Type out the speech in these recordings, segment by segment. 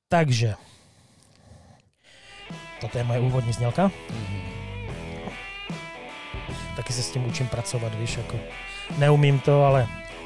Takže, toto je moje úvodní znělka. Taky se s tím učím pracovat, víš, jako neumím to, ale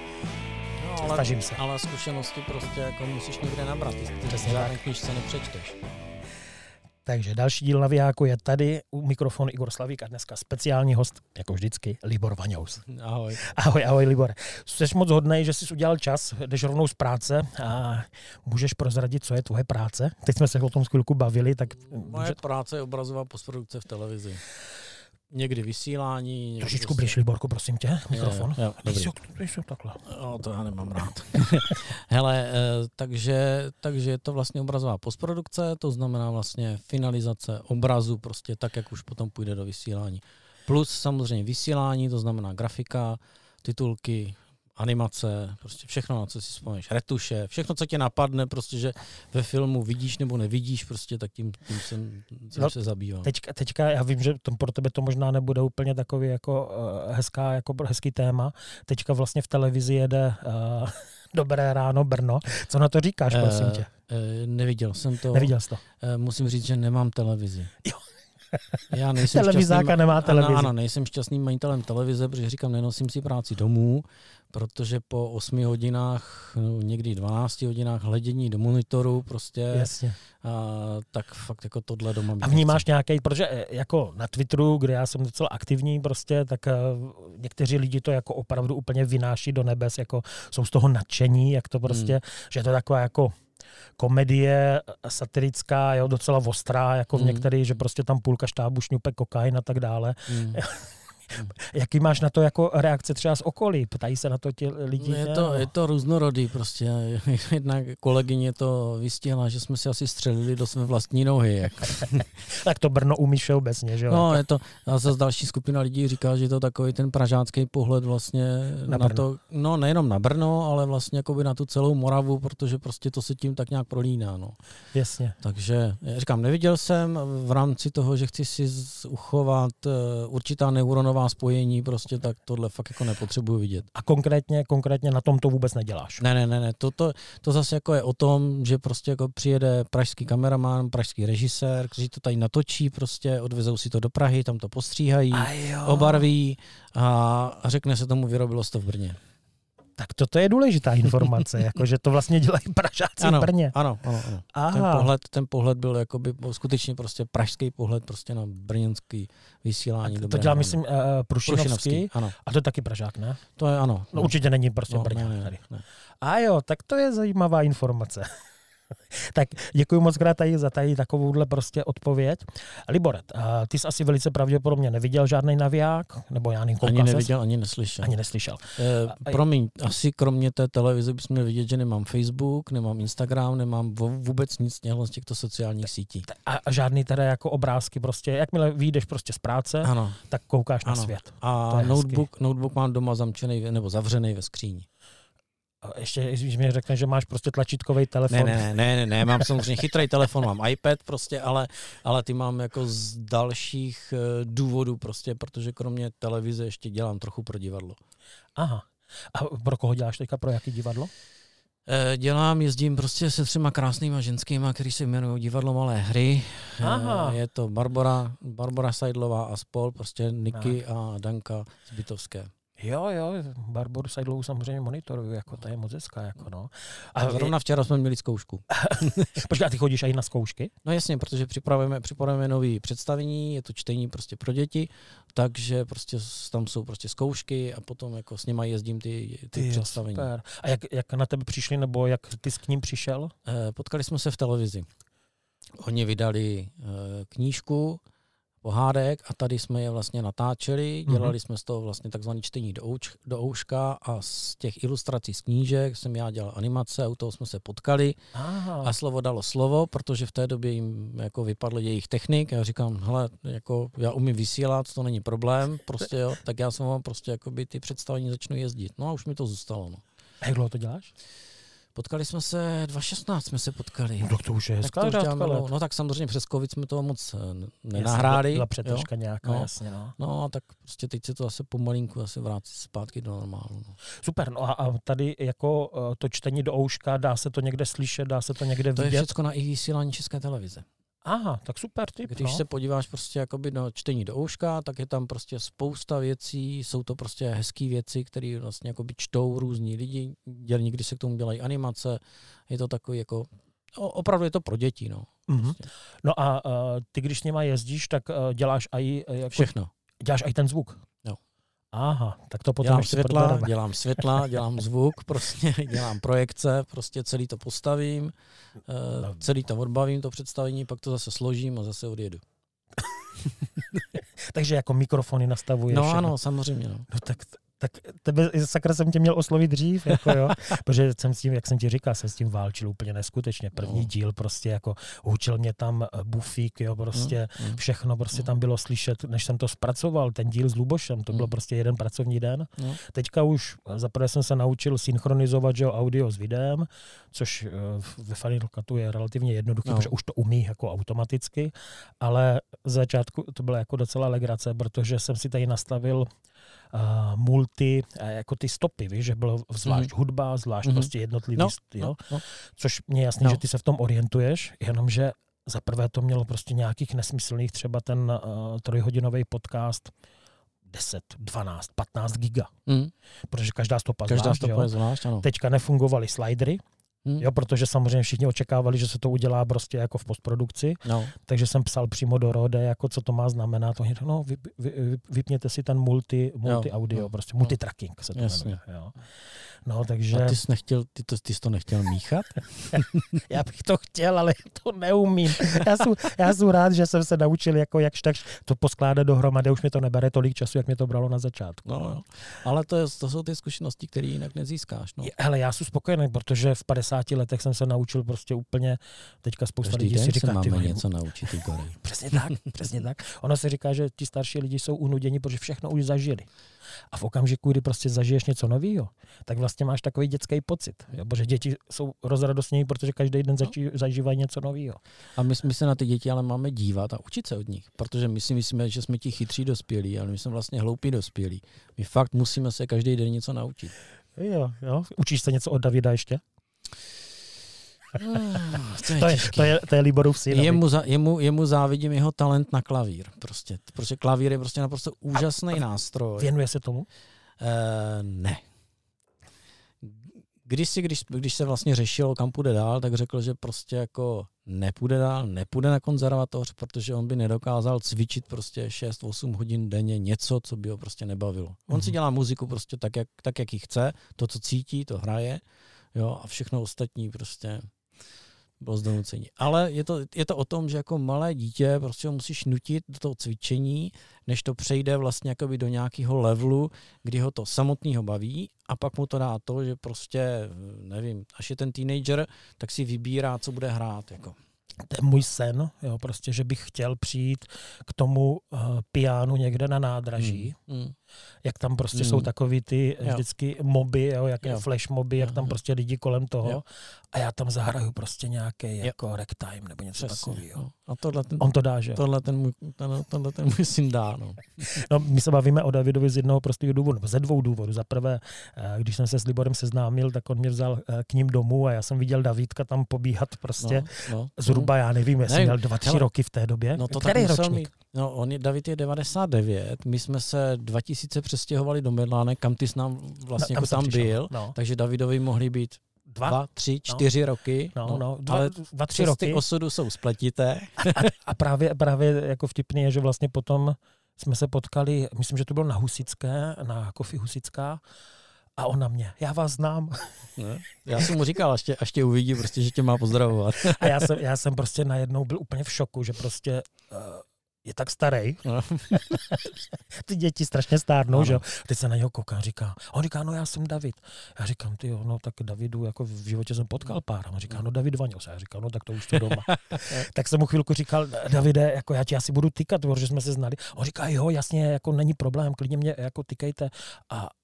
snažím se. Ale zkušenosti prostě jako musíš někde nabrat, ty v žádné knížce nepřečteš. Takže další díl Navijáku je tady, u mikrofonu Igor Slavík a dneska speciální host, jako vždycky, Libor Vaňous. Ahoj. Ahoj Libor. Jsi moc hodnej, že jsi udělal čas, jdeš rovnou z práce a můžeš prozradit, co je tvoje práce? Teď jsme se o tom chvilku bavili, tak... Moje práce je obrazová postprodukce v televizi. Někdy vysílání. Trošičku prostě... blíž, Liborku, prosím tě, mikrofon. Jo, takhle. To já nemám rád. Hele, takže je to vlastně obrazová postprodukce, to znamená vlastně finalizace obrazu, prostě tak, jak už potom půjde do vysílání. Plus samozřejmě vysílání, to znamená grafika, titulky, animace, prostě všechno, na co si vzpomeneš, retuše, všechno, co tě napadne, prostě, že ve filmu vidíš nebo nevidíš, prostě, tak tím se zabývám. Teďka já vím, že pro tebe to možná nebude úplně takový jako hezký téma. Teďka vlastně v televizi jede Dobré ráno Brno. Co na to říkáš, prosím tě? Neviděl jsem to. Neviděl jsi to? Musím říct, že nemám televizi. Jo. Já nejsem Televizáka nemá televizi. Ano, nejsem šťastným majitelem televize, protože říkám, nenosím si práci domů, protože po 8 hodinách, někdy 12 hodinách hledění do monitoru prostě, tak fakt jako tohle doma. A vnímáš nějaký, protože jako na Twitteru, kde já jsem docela aktivní prostě, tak někteří lidi to jako opravdu úplně vynáší do nebes, jako jsou z toho nadšení, jak to prostě, že je to taková jako komedie satirická, jo, docela ostrá, jako v některých, že prostě tam půlka štábu šňupe kokain a tak dále. Jaký máš na to jako reakce třeba z okolí? Ptají se na to ti lidi? Je to různorodý prostě. Jedna kolegyně to vystihla, že jsme si asi střelili do své vlastní nohy. Jako. Tak to Brno umíš všeobecně, že jo? No, je to, a zase další skupina lidí říká, že je to takový ten pražácký pohled vlastně na to, no nejenom na Brno, ale vlastně jakoby na tu celou Moravu, protože prostě to se tím tak nějak prolíná, no. Jasně. Takže, já říkám, neviděl jsem v rámci toho, že chci si uchovat určitá neuronová spojení, prostě tak tohle fakt jako nepotřebuji vidět. A konkrétně na tom to vůbec neděláš? Ne. To zase jako je o tom, že prostě jako přijede pražský kameraman, pražský režisér, kteří to tady natočí, prostě odvezou si to do Prahy, tam to postříhají, obarví a řekne se tomu, vyrobilo se to v Brně. Tak toto je důležitá informace, jako, že to vlastně dělají Pražáci v Brně. Ano. Ten pohled byl jakoby skutečně prostě pražský pohled prostě na brněnský vysílání. To dělá, myslím, Prušinovský. Ano. A to je taky Pražák, ne? To je ano. No, určitě není prostě Brňák tady. A jo, tak to je zajímavá informace. Tak děkuji moc krát za tady takovouhle prostě odpověď. Libor, ty jsi asi velice pravděpodobně neviděl žádný Naviják, nebo já nevím, ani neviděl, ani neslyšel. Promiň, asi kromě té televize bys měl vidět, že nemám Facebook, nemám Instagram, nemám vůbec nic z těchto sociálních sítí. A žádný teda jako obrázky prostě, jakmile vyjdeš prostě z práce, tak koukáš na svět. A notebook mám doma zamčený nebo zavřený ve skříni. Ještě, když mi řekne, že máš prostě tlačítkový telefon. Ne, mám samozřejmě chytrý telefon, mám iPad prostě, ale ty mám jako z dalších důvodů prostě, protože kromě televize ještě dělám trochu pro divadlo. Aha. A pro koho děláš teďka, pro jaký divadlo? Jezdím prostě se 3 krásnýma ženskýma, který se jmenují Divadlo Malé hry. Je to Barbora Seidlová a spol, prostě Niky a Danka Zbytovské. Jo, Barboru Seidlovou samozřejmě monitoruju, jako to je moc hezká, jako no. A zrovna včera jsme měli zkoušku. Počkej, a ty chodíš i na zkoušky? No jasně, protože připravujeme nový představení, je to čtení prostě pro děti, takže prostě tam jsou prostě zkoušky a potom jako s nima jezdím ty představení. Super. A jak na tebe přišli, nebo jak ty s k ním přišel? Potkali jsme se v televizi. Oni vydali knížku, pohádek a tady jsme je vlastně natáčeli, dělali jsme z toho vlastně takzvané čtení do ouška a z těch ilustrací z knížek jsem já dělal animace a u toho jsme se potkali a slovo dalo slovo, protože v té době jim jako vypadl jejich technik a já říkám, hele, jako já umím vysílat, to není problém, prostě jo, tak já jsem vám prostě jakoby ty představení začnu jezdit. No a už mi to zůstalo. No. A jak dlouho to děláš? Potkali jsme se, 2016 jsme se potkali. No to už je hezká tak řádka let. No tak samozřejmě přes covid jsme toho moc nenahráli. Byla přetržka nějaká, no, jasně. No. No a tak prostě teď se to zase pomalinku zase vrátí zpátky do normálu. No. Super, no a tady jako to čtení do ouška, dá se to někde slyšet, dá se to někde vidět? To je všechno na i vysílání České televize. Aha, tak super tip. Když se podíváš prostě jakoby do čtení do ouška, tak je tam prostě spousta věcí, jsou to prostě hezký věci, které vlastně jakoby čtou různí lidi, někdy se k tomu dělají animace, je to takový jako, opravdu je to pro děti, no. Prostě. No a ty, když s nima jezdíš, tak děláš i jako, všechno. Děláš i ten zvuk? Jo. Aha, tak to potom dělám světla, dělám zvuk, prostě dělám projekce, prostě celý to postavím, celý to odbavím, to představení, pak to zase složím a zase odjedu. Takže jako mikrofony nastavuješ. No ano, samozřejmě. No. No tak tebe, sakra, jsem tě měl oslovit dřív, jako jo, protože jsem s tím, jak jsem ti říkal, jsem s tím válčil úplně neskutečně. První díl prostě jako hučil mě tam bufík, jo, prostě všechno prostě tam bylo slyšet, než jsem to zpracoval, ten díl s Lubošem, to bylo prostě jeden pracovní den. Teďka už zaprvé jsem se naučil synchronizovat, že audio s videem, což ve Final Cutu je relativně jednoduché, protože už to umí jako automaticky, ale z začátku to byla jako docela legrace, protože jsem si tady nastavil multi, jako ty stopy, víš, že bylo zvlášť hudba, zvlášť prostě jednotlivý styl, což mě jasný, že ty se v tom orientuješ, jenomže zaprvé to mělo prostě nějakých nesmyslných, třeba ten trojhodinový podcast 10, 12, 15 giga. Protože každá stopa je zvlášť, ano. Teďka nefungovaly slidery, jo, protože samozřejmě všichni očekávali, že se to udělá prostě jako v postprodukci, takže jsem psal přímo do Rode, jako co to má znamenat. No, vypněte si ten multi audio, prostě multitracking se to jmenuje. Jo. No, takže... A ty jsi to nechtěl míchat? Já bych to chtěl, ale to neumím. Já jsem rád, že jsem se naučil jako jakž tak to poskládat dohromady, už mi to nebere tolik času, jak mě to bralo na začátku. No. Ale to jsou ty zkušenosti, které jinak nezískáš. No. Hele, já jsem spokojený, protože v 50 letech jsem se naučil prostě úplně, teďka spousta lidí si říká, máme něco naučit, Igor. Přesně tak. Ono se říká, že ti starší lidi jsou unuděni, protože všechno už zažili. A v okamžiku, kdy prostě zažiješ něco nového, tak vlastně máš takový dětský pocit. Jo? Protože děti jsou rozradostnění, protože každý den zažívají něco nového. A my se na ty děti ale máme dívat a učit se od nich. Protože my si myslíme, že jsme ti chytří dospělí, ale my jsme vlastně hloupí dospělí. My fakt musíme se každý den něco naučit. Jo. Učíš se něco od Davida ještě? To je Liborův syn. Jemu závidím jeho talent na klavír. Prostě. Protože klavír je prostě naprosto úžasný nástroj. Věnuje se tomu? Ne. Když se vlastně řešilo, kam půjde dál, tak řekl, že prostě jako nepůjde dál, nepůjde na konzervatoř, protože on by nedokázal cvičit prostě 6-8 hodin denně něco, co by ho prostě nebavilo. On si dělá muziku prostě tak, jak ji chce, to, co cítí, to hraje, jo, a všechno ostatní prostě bylo zdonucení. Ale je to o tom, že jako malé dítě prostě ho musíš nutit do toho cvičení, než to přejde vlastně jakoby do nějakého levelu, kdy ho to samotného baví a pak mu to dá to, že prostě, nevím, až je ten teenager, tak si vybírá, co bude hrát. Jako. To je můj sen, jo, prostě, že bych chtěl přijít k tomu pianu někde na nádraží, jak tam prostě jsou takový ty vždycky moby, jo, jaké flash moby, jak tam prostě lidi kolem toho a já tam zahraju prostě nějaký jako ragtime nebo něco takového. A on to dá, že? Tohle ten můj syn dá, no. No, my se bavíme o Davidovi z jednoho prostého důvodu, nebo ze dvou důvodů. Za prvé, když jsem se s Liborem seznámil, tak on mě vzal k ním domů a já jsem viděl Davídka tam pobíhat prostě zhruba, já nevím, jestli měl 2-3 roky v té době. No to který ročník? David je 99, my jsme se 2000 přestěhovali do Medlánek, kam ty jsi nám vlastně jako tam byl, takže Davidovi mohli být 2, 3, 4 roky. Ale 2-3 roky. Osudu jsou spletité. A právě jako vtipný je, že vlastně potom jsme se potkali, myslím, že to bylo na Husické, na Coffee Husická, a on na mě, já vás znám. Ne? Já jsem mu říkal, až tě uvidí, prostě, že tě má pozdravovat. A já jsem prostě najednou byl úplně v šoku, že prostě je tak starý. No. Ty děti strašně stárnou, že jo. Teď se na něho koukám, on říká, no já jsem David. Já říkám, no tak Davidu, jako v životě jsem potkal pár. A on říká, no David Vaňos. Já říkám, no tak to už to doma. Tak jsem mu chvilku říkal, Davide, jako já ti asi budu tykat, protože jsme se znali. On říká, jo, jasně, jako není problém, klidně mě jako tykejte. A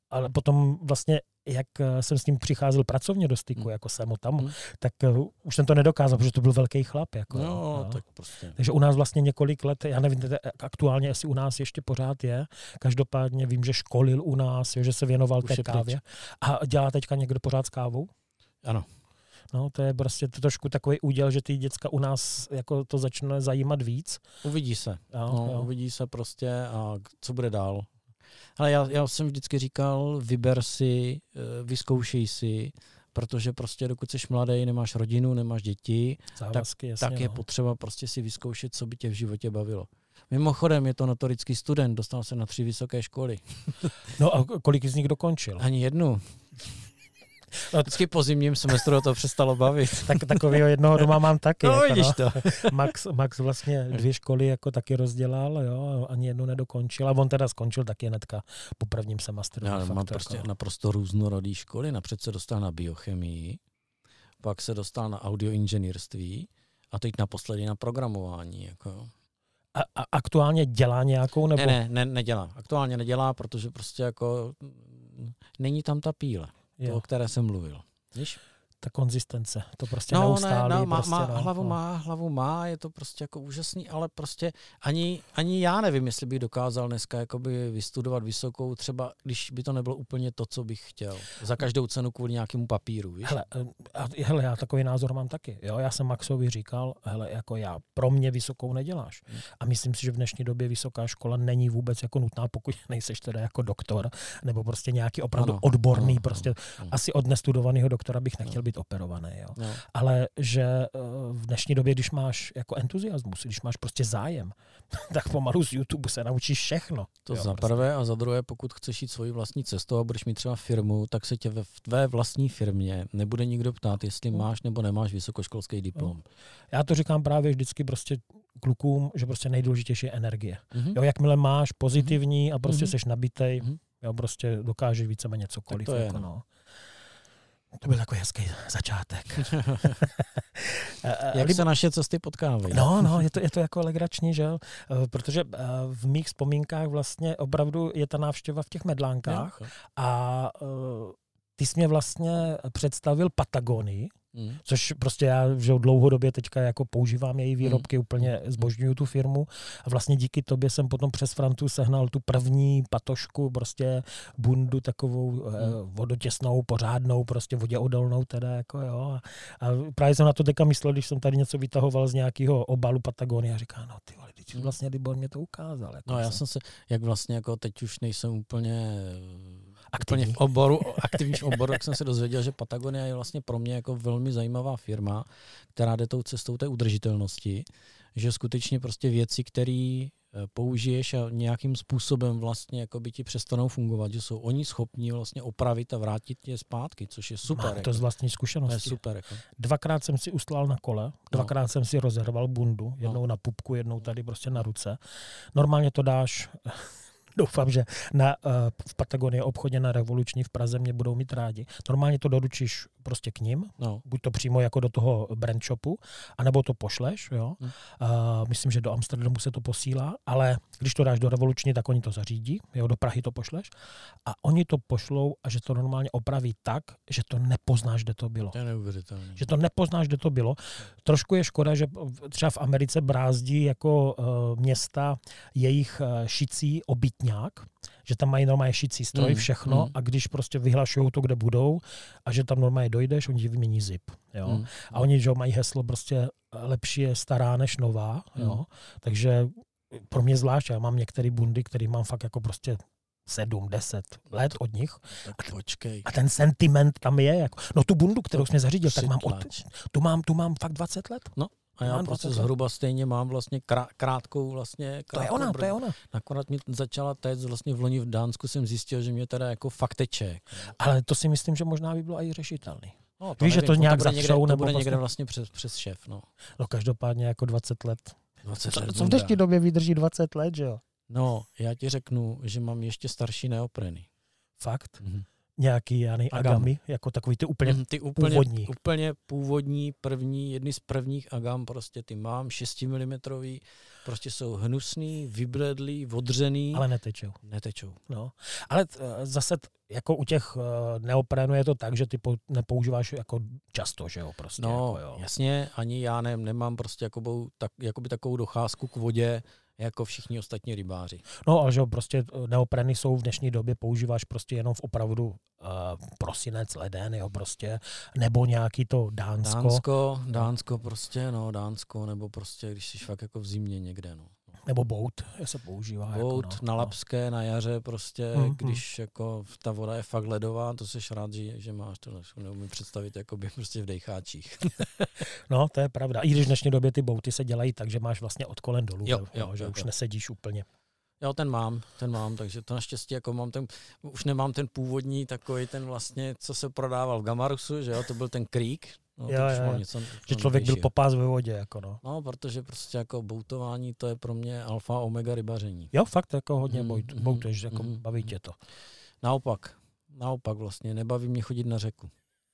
ale potom vlastně, jak jsem s ním přicházel pracovně do styku, jako jsem tam, tak už jsem to nedokázal, protože to byl velký chlap. Jako, no, tak prostě. Takže u nás vlastně několik let, já nevím, aktuálně, jestli u nás ještě pořád je, každopádně vím, že školil u nás, že se věnoval té kávě. A dělá teďka někdo pořád s kávou? Ano. No, to je prostě trošku takový úděl, že ty děcka u nás jako to začne zajímat víc. Uvidí se. Jo. Uvidí se prostě a co bude dál. Ale já jsem vždycky říkal, vyber si, vyzkoušej si, protože prostě dokud jsi mladý, nemáš rodinu, nemáš děti, Závazky, jasně, tak je potřeba prostě si vyzkoušet, co by tě v životě bavilo. Mimochodem je to notorický student, dostal se na 3 vysoké školy. No a kolik z nich dokončil? Ani jednu. No, vždycky po zimním semestru to přestalo bavit. Tak takového jednoho doma mám taky. No, jako, vidíš to. Max vlastně 2 školy jako taky rozdělal, jo, ani jednu nedokončil. A on teda skončil taky hnedka po prvním semestru. Já mám prostě jako naprosto různorodý školy. Napřed se dostal na biochemii, pak se dostal na audioinženýrství a teď naposledy na programování. Jako. A aktuálně dělá nějakou? Nebo? Nedělá. Aktuálně nedělá, protože prostě jako není tam ta píle. To, o které jsem mluvil. Víš? Ta konzistence, to prostě neustálý. Hlavu má, je to prostě jako úžasný, ale prostě ani já nevím, jestli bych dokázal dneska jakoby vystudovat vysokou, třeba když by to nebylo úplně to, co bych chtěl. Za každou cenu kvůli nějakému papíru, víš? Hele, já takový názor mám taky. Jo? Já jsem Maxovi říkal, hele, jako pro mě vysokou neděláš. A myslím si, že v dnešní době vysoká škola není vůbec jako nutná, pokud nejseš teda jako doktor, nebo prostě nějaký opravdu odborný, asi od nestudovaného doktora bych nechtěl být operovaný. Jo. No. Ale že v dnešní době, když máš jako entuziasmus, když máš prostě zájem, tak pomalu z YouTube se naučíš všechno. To za prvé a za druhé, pokud chceš jít svoji vlastní cestou a budeš mít třeba firmu, tak se tě v tvé vlastní firmě nebude nikdo ptát, jestli máš nebo nemáš vysokoškolský diplom. Já to říkám právě vždycky prostě klukům, že prostě nejdůležitější je energie. Jo, jakmile máš pozitivní a prostě seš nabitej, jo, prostě dokážeš víceméně cokoliv. Tak to je, jako, no. To byl takový hezký začátek. Jak se naše cesty potkávají? No, je to jako legrační, že jo? Protože v mých vzpomínkách vlastně opravdu je ta návštěva v těch Medlánkách a ty jsi mě vlastně představil Patagonii, což prostě já že dlouhodobě teďka jako používám její výrobky, úplně zbožňuju tu firmu a vlastně díky tobě jsem potom přes Frantu sehnal tu první patošku, prostě bundu takovou vodotěsnou, pořádnou, prostě voděodolnou teda jako jo. A právě jsem na to teďka myslel, když jsem tady něco vytahoval z nějakého obalu Patagonie a říkám, no ty vole, teď vlastně Libor mě to ukázal. Jako no já jsem se, jak vlastně jako teď už nejsem úplně v oboru, aktivním oboru, tak jsem se dozvěděl, že Patagonia je vlastně pro mě jako velmi zajímavá firma, která jde tou cestou té udržitelnosti, že skutečně prostě věci, které použiješ a nějakým způsobem vlastně jako by ti přestanou fungovat, že jsou oni schopni vlastně opravit a vrátit tě zpátky, což je super. Mám to z vlastní zkušenosti. To je super. Jako. 2krát jsem si ustlal na kole, 2krát jsem si rozerval bundu, jednou na pupku, jednou tady prostě na ruce. Normálně to dáš... Doufám, že v Patagonii obchodě na Revoluční v Praze mě budou mít rádi. Normálně to doručíš prostě k nim, buď to přímo jako do toho brand shopu, anebo to pošleš. Jo. Myslím, že do Amsterdamu se to posílá, ale když to dáš do Revoluční, tak oni to zařídí, jo, do Prahy to pošleš a oni to pošlou a že to normálně opraví tak, že to nepoznáš, kde to bylo. To je neuvěřitelné. Že to nepoznáš, kde to bylo. Trošku je škoda, že třeba v Americe brázdí jako města jejich šicí obytňák, že tam mají normálně šicí stroj, všechno a když prostě vyhlašují to, kde budou a že tam normálně dojdeš, oni ti vymění zip. Jo? A oni že mají heslo prostě lepší je stará než nová. Jo? Takže pro mě zvlášť, já mám některé bundy, které mám fakt jako prostě 7-10 let od nich. Tak počkej. A ten sentiment tam je. Jako, no tu bundu, kterou jsi mě zařídil, tak mám tu mám fakt 20 let. No. A já prostě zhruba stejně mám vlastně krátkou vlastně. To je ona. Nakonec mi začala téct vlastně v loni v Dánsku jsem zjistil, že mě teda jako fakt teče. Ale to si myslím, že možná by bylo i řešitelný. No, víš, že to nějak zatřou, nebo bude někde vlastně přes šéf. No Každopádně jako 20 let. 20 let co v dnešní době vydrží 20 let, že jo? No, já ti řeknu, že mám ještě starší neopreny. Fakt? nějaký agamy, jako takový ty úplně původní. Úplně původní, jedny z prvních agam, prostě ty mám, 6 mm, prostě jsou hnusný, vybledlý, odřený. Ale netečou. No. Ale zase jako u těch neoprénů je to tak, že ty nepoužíváš jako často, že jo? Prostě, no, jako, jo. Jasně, ani já nemám prostě jakoby takovou docházku k vodě, jako všichni ostatní rybáři. No, ale že prostě neopreny jsou v dnešní době, používáš prostě jenom v opravdu prosinec, leden, jo, prostě, nebo nějaký to Dánsko prostě, no, Dánsko, nebo prostě, když jsi fakt jako v zimě někde, no. Nebo bout se používá. Bout jako, na Lapské, na jaře prostě, když jako ta voda je fakt ledová, to jsi rád, že máš to, neumím představit jakoby prostě v dejcháčích. No, to je pravda. I když v dnešní době ty bouty se dělají tak, že máš vlastně od kolen dolů, že už nesedíš úplně. Jo, ten mám, takže to naštěstí jako už nemám ten původní takový ten vlastně, co se prodával v Gamarusu, že jo, to byl ten Creek. No, že člověk byl popás ve vodě. Jako no. No, protože prostě jako boutování, to je pro mě alfa omega rybaření. Jo, fakt jako hodně boutuješ, jako baví tě to. Naopak vlastně, nebaví mě chodit na řeku.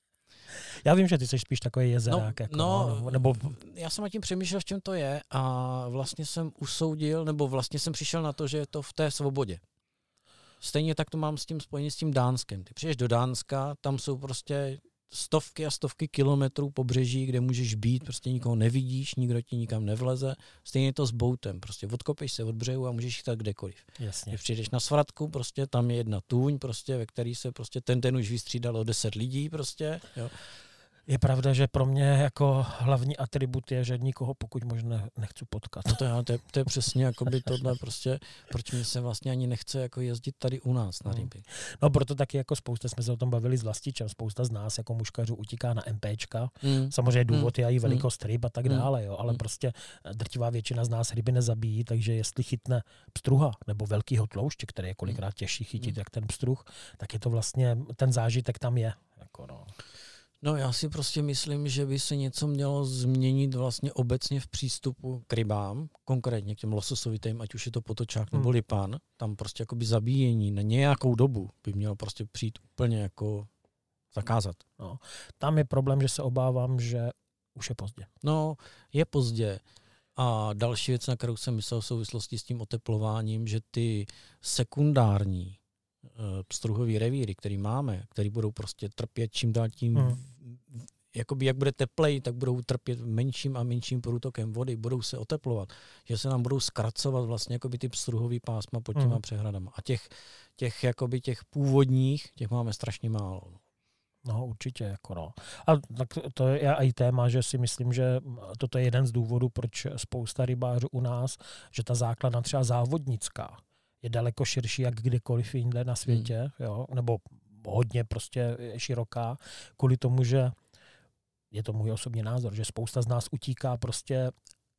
Já vím, že ty jsi spíš takový jezerák. Nebo... Já jsem nad tím přemýšlel, v čem to je a vlastně jsem usoudil, nebo vlastně jsem přišel na to, že je to v té svobodě. Stejně tak to mám s tím spojený s tím Dánskem. Ty přijdeš do Dánska, tam jsou prostě stovky a stovky kilometrů pobřeží, kde můžeš být, prostě nikoho nevidíš, nikdo ti nikam nevleze. Stejně to s boutem, prostě odkopeš se od břehu a můžeš jít tak kdekoliv. Jasně. Když přijdeš na svratku, prostě tam je jedna tůň, prostě, ve který se prostě ten už vystřídalo 10 lidí, prostě, jo. Je pravda, že pro mě jako hlavní atribut je, že nikoho pokud možno nechci potkat. No to je přesně jakoby tohle prostě, proč mi se vlastně ani nechce jako jezdit tady u nás na ryby. No proto taky jako spousta, jsme se o tom bavili s Vlastičem, spousta z nás jako muškařů utíká na MPčka. Samozřejmě důvod je i velikost ryb a tak dále, jo, ale prostě drtivá většina z nás ryby nezabíjí, takže jestli chytne pstruha nebo velkýho tlouště, který je kolikrát těžší chytit jak ten pstruh, tak je to vlastně, ten zážitek tam je. Jako no. No já si prostě myslím, že by se něco mělo změnit vlastně obecně v přístupu k rybám, konkrétně k těm lososovitým, ať už je to potočák nebo lipan, tam prostě jakoby zabíjení na nějakou dobu by mělo prostě přijít úplně jako zakázat. No, tam je problém, že se obávám, že už je pozdě. No, je pozdě. A další věc, na kterou jsem myslel v souvislosti s tím oteplováním, že ty sekundární pstruhový revíry, který máme, který budou prostě trpět čím dál tím, jakoby jak bude teplej, tak budou trpět menším a menším průtokem vody, budou se oteplovat, že se nám budou zkracovat vlastně jakoby ty pstruhový pásma pod těma přehradama. A těch původních, těch máme strašně málo. No, určitě, jako no. A tak to je i téma, že si myslím, že toto je jeden z důvodů, proč spousta rybářů u nás, že ta základna třeba závodnická je daleko širší jak kdekoliv jinde na světě, jo, nebo hodně prostě široká, kvůli tomu, že je to můj osobní názor, že spousta z nás utíká prostě,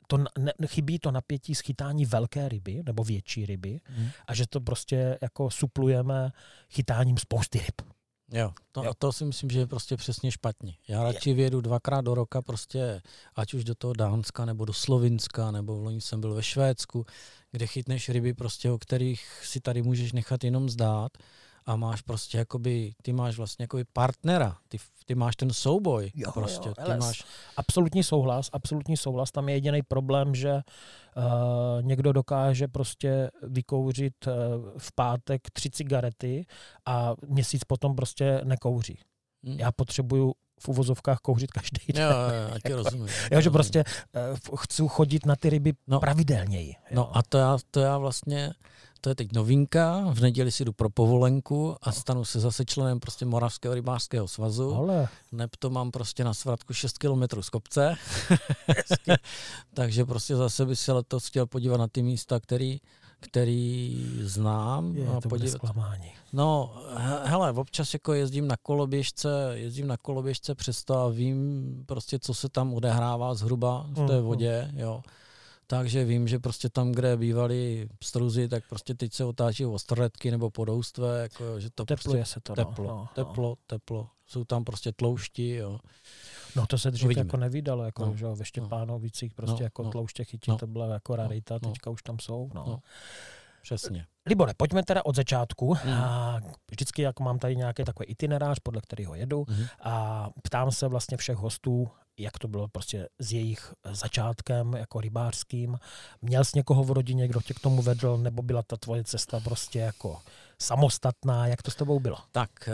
chybí to napětí schytání velké ryby nebo větší ryby a že to prostě jako suplujeme chytáním spousty ryb. Jo, to si myslím, že je prostě přesně špatně. Já radši vyjedu 2krát do roka prostě, ať už do toho Dánska, nebo do Slovinska, nebo v loni jsem byl ve Švédsku, kde chytneš ryby prostě, o kterých si tady můžeš nechat jenom zdát a máš prostě jakoby, ty máš vlastně jakoby partnera, ty máš ten souboj. Jo, prostě. Ty máš... Absolutní souhlas. Tam je jediný problém, že někdo dokáže prostě vykouřit v pátek 3 cigarety a měsíc potom prostě nekouří. Já potřebuju v uvozovkách kouřit každý den. Jo, já ti rozumím. Jo, že prostě chci chodit na ty ryby pravidelněji. Jo. No a to já vlastně, to je teď novinka, v neděli si jdu pro povolenku a stanu se zase členem prostě Moravského rybářského svazu. Ale. Neb to mám prostě na svratku 6 kilometrů z kopce. Takže prostě zase bych se letos chtěl podívat na ty místa, který znám. To bude zklamání. No, hele, občas jako jezdím na koloběžce přesto a vím prostě, co se tam odehrává zhruba v té vodě, jo. Takže vím, že prostě tam, kde bývali pstruzy, tak prostě teď se otáčí ostrodky nebo podoustve, jako, že to tepluje prostě se to. Teplo. Jsou tam prostě tloušti, jo. No to se dřív jako nevídalo, jako, že ve Štěpánovicích prostě jako tlouště chytit, to byla jako rarita, teďka už tam jsou. No. přesně. Libore, pojďme teda od začátku. Vždycky jako mám tady nějaký takový itinerář, podle kterého jedu a ptám se vlastně všech hostů, jak to bylo prostě s jejich začátkem jako rybářským. Měl jsi někoho v rodině, kdo tě k tomu vedl, nebo byla ta tvoje cesta prostě jako samostatná? Jak to s tebou bylo? Tak,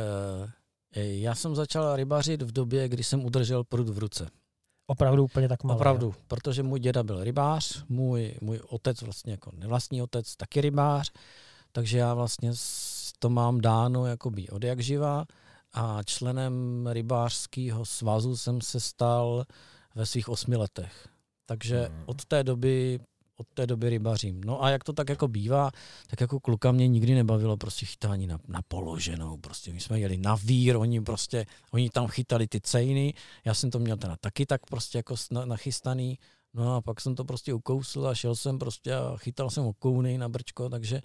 já jsem začal rybařit v době, kdy jsem udržel prut v ruce. Opravdu úplně tak malé. Opravdu, protože můj děda byl rybář, můj otec vlastně jako nevlastní otec, taky rybář, takže já vlastně to mám dáno jakoby od jak živa a členem rybářského svazu jsem se stal ve svých 8 letech. Takže od té doby rybařím. No a jak to tak jako bývá, tak jako kluka mě nikdy nebavilo prostě chytání na položenou. Prostě my jsme jeli na vír, oni tam chytali ty cejny, já jsem to měl teda taky tak prostě jako nachystaný. No a pak jsem to prostě ukousl a šel jsem prostě a chytal jsem okouny na brčko, takže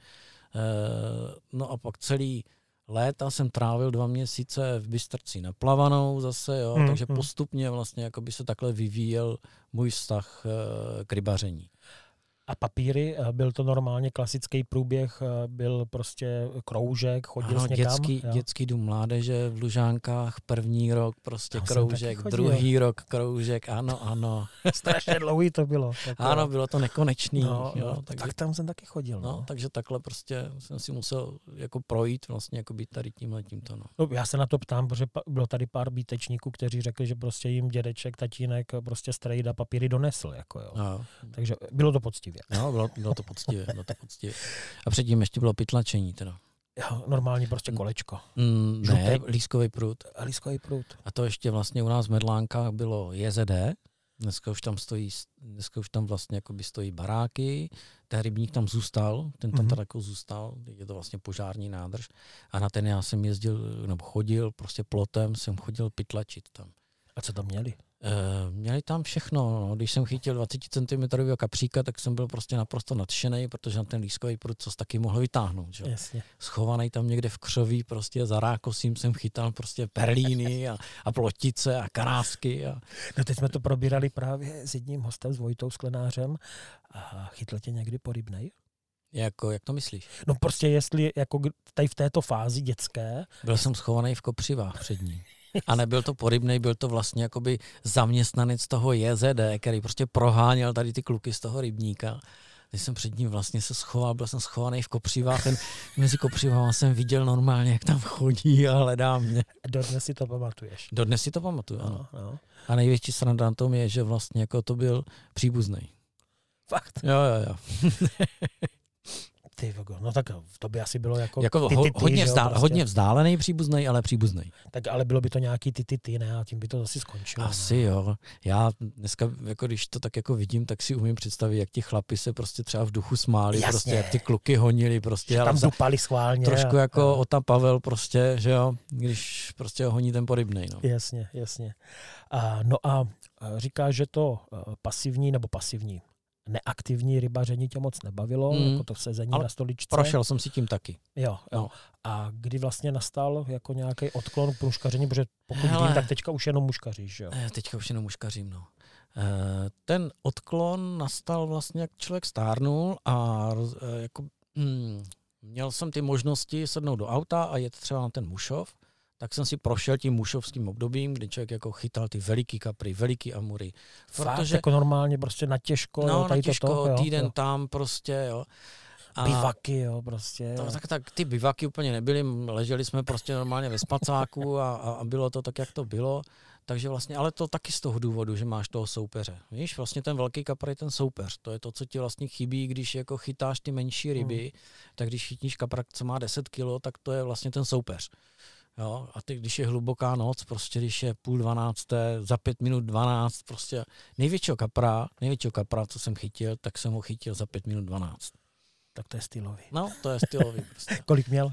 no a pak celý léta jsem trávil 2 měsíce v Bystrci na Plavanou zase, jo, takže postupně vlastně jako by se takhle vyvíjel můj vztah k rybaření. A papíry, byl to normálně klasický průběh, byl prostě kroužek, chodil jsi někam? Dětský dům mládeže v Lužánkách, 1. rok prostě kroužek, 2. rok kroužek, ano. Strašně dlouhý to bylo. Ano, bylo to nekonečný. Takže, tak tam jsem taky chodil. No, takže takhle prostě jsem si musel jako projít vlastně jako být tady tímto. No, já se na to ptám, protože bylo tady pár býtečníků, kteří řekli, že prostě jim dědeček, tatínek prostě strejda papíry donesl. Jako jo. No. Takže bylo to poctivě. No, bylo to poctivě. A předtím ještě bylo pytlačení teda. Jo, normální prostě kolečko. Ne, lískový prut. Lískový prut. A to ještě vlastně u nás v Medlánkách bylo JZD. Dneska už tam vlastně jakoby stojí baráky. Ten rybník tam zůstal, ten tam teda jako zůstal, je to vlastně požární nádrž. A na ten já jsem chodil prostě plotem, jsem chodil pytlačit tam. A co tam měli? Měli tam všechno. No. Když jsem chytil 20 cm kapříka, tak jsem byl prostě naprosto nadšený, protože na ten lískový prut co taky mohl vytáhnout. Že? Jasně. Schovaný tam někde v křoví, prostě za rákosím jsem chytal prostě perlíny a plotice a karásky. No teď jsme to probírali právě s jedním hostem, s Vojtou Sklenářem. A chytl tě někdy porybnej? Jak to myslíš? No prostě jestli jako tady v této fázi dětské. Byl jsem schovaný v kopřivách před ním. A nebyl to porybnej, byl to vlastně jakoby zaměstnanec toho JZD, který prostě proháněl tady ty kluky z toho rybníka. Když jsem před ním vlastně se schoval, byl jsem schovaný v kopřivách, mezi kopřivama jsem viděl normálně, jak tam chodí a hledá mě. Dodnes si to pamatuješ? Dodnes si to pamatuju, ano. No. A největší sranda na tom je, že vlastně jako to byl příbuznej. Fakt? Jo. Ty no tak v tobě asi bylo jako hodně vzdálený příbuznej, ale příbuznej. Tak ale bylo by to nějaký ty, ne? A tím by to asi skončilo. Asi ne? Jo. Já dneska, jako když to tak jako vidím, tak si umím představit, jak ti chlapi se prostě třeba v duchu smáli, prostě jak ty kluky honili prostě. Že tam dupali schválně. Trošku jako Ota Pavel prostě, že jo, když prostě ho honí ten porybnej. No. Jasně. No a říkáš, že to pasivní, neaktivní rybaření tě moc nebavilo, jako to sezení na stoličce. Prošel jsem si tím taky. Jo. A kdy vlastně nastal jako nějaký odklon k muškaření, protože pokud vím, tak teďka už jenom muškaříš, jo? Teďka už jenom muškařím, no. Ten odklon nastal vlastně, jak člověk stárnul a jako, měl jsem ty možnosti sednout do auta a jet třeba na ten Mušov, tak jsem si prošel tím mušovským obdobím, kdy člověk jako chytal ty veliký kapry, veliký amury. Fakt jako normálně prostě na těžko. No, na těžko, týden tam prostě, jo. Bivaky, jo, prostě. Tak ty bivaky úplně nebyly, leželi jsme prostě normálně ve spacáku a bylo to tak, jak to bylo. Takže vlastně, ale to taky z toho důvodu, že máš toho soupeře. Víš, vlastně ten velký kapr je ten soupeř. To je to, co ti vlastně chybí, když jako chytáš ty menší ryby, tak když chytíš kapra, co má 10 kilo, tak to je vlastně ten soupeř. Jo, a teď, když je hluboká noc, prostě když je 11:30, za 5 minut 12, prostě největšího kapra, co jsem chytil, tak jsem ho chytil za 5 minut 12. Tak to je stylový. No, to je stylový prostě. Kolik měl?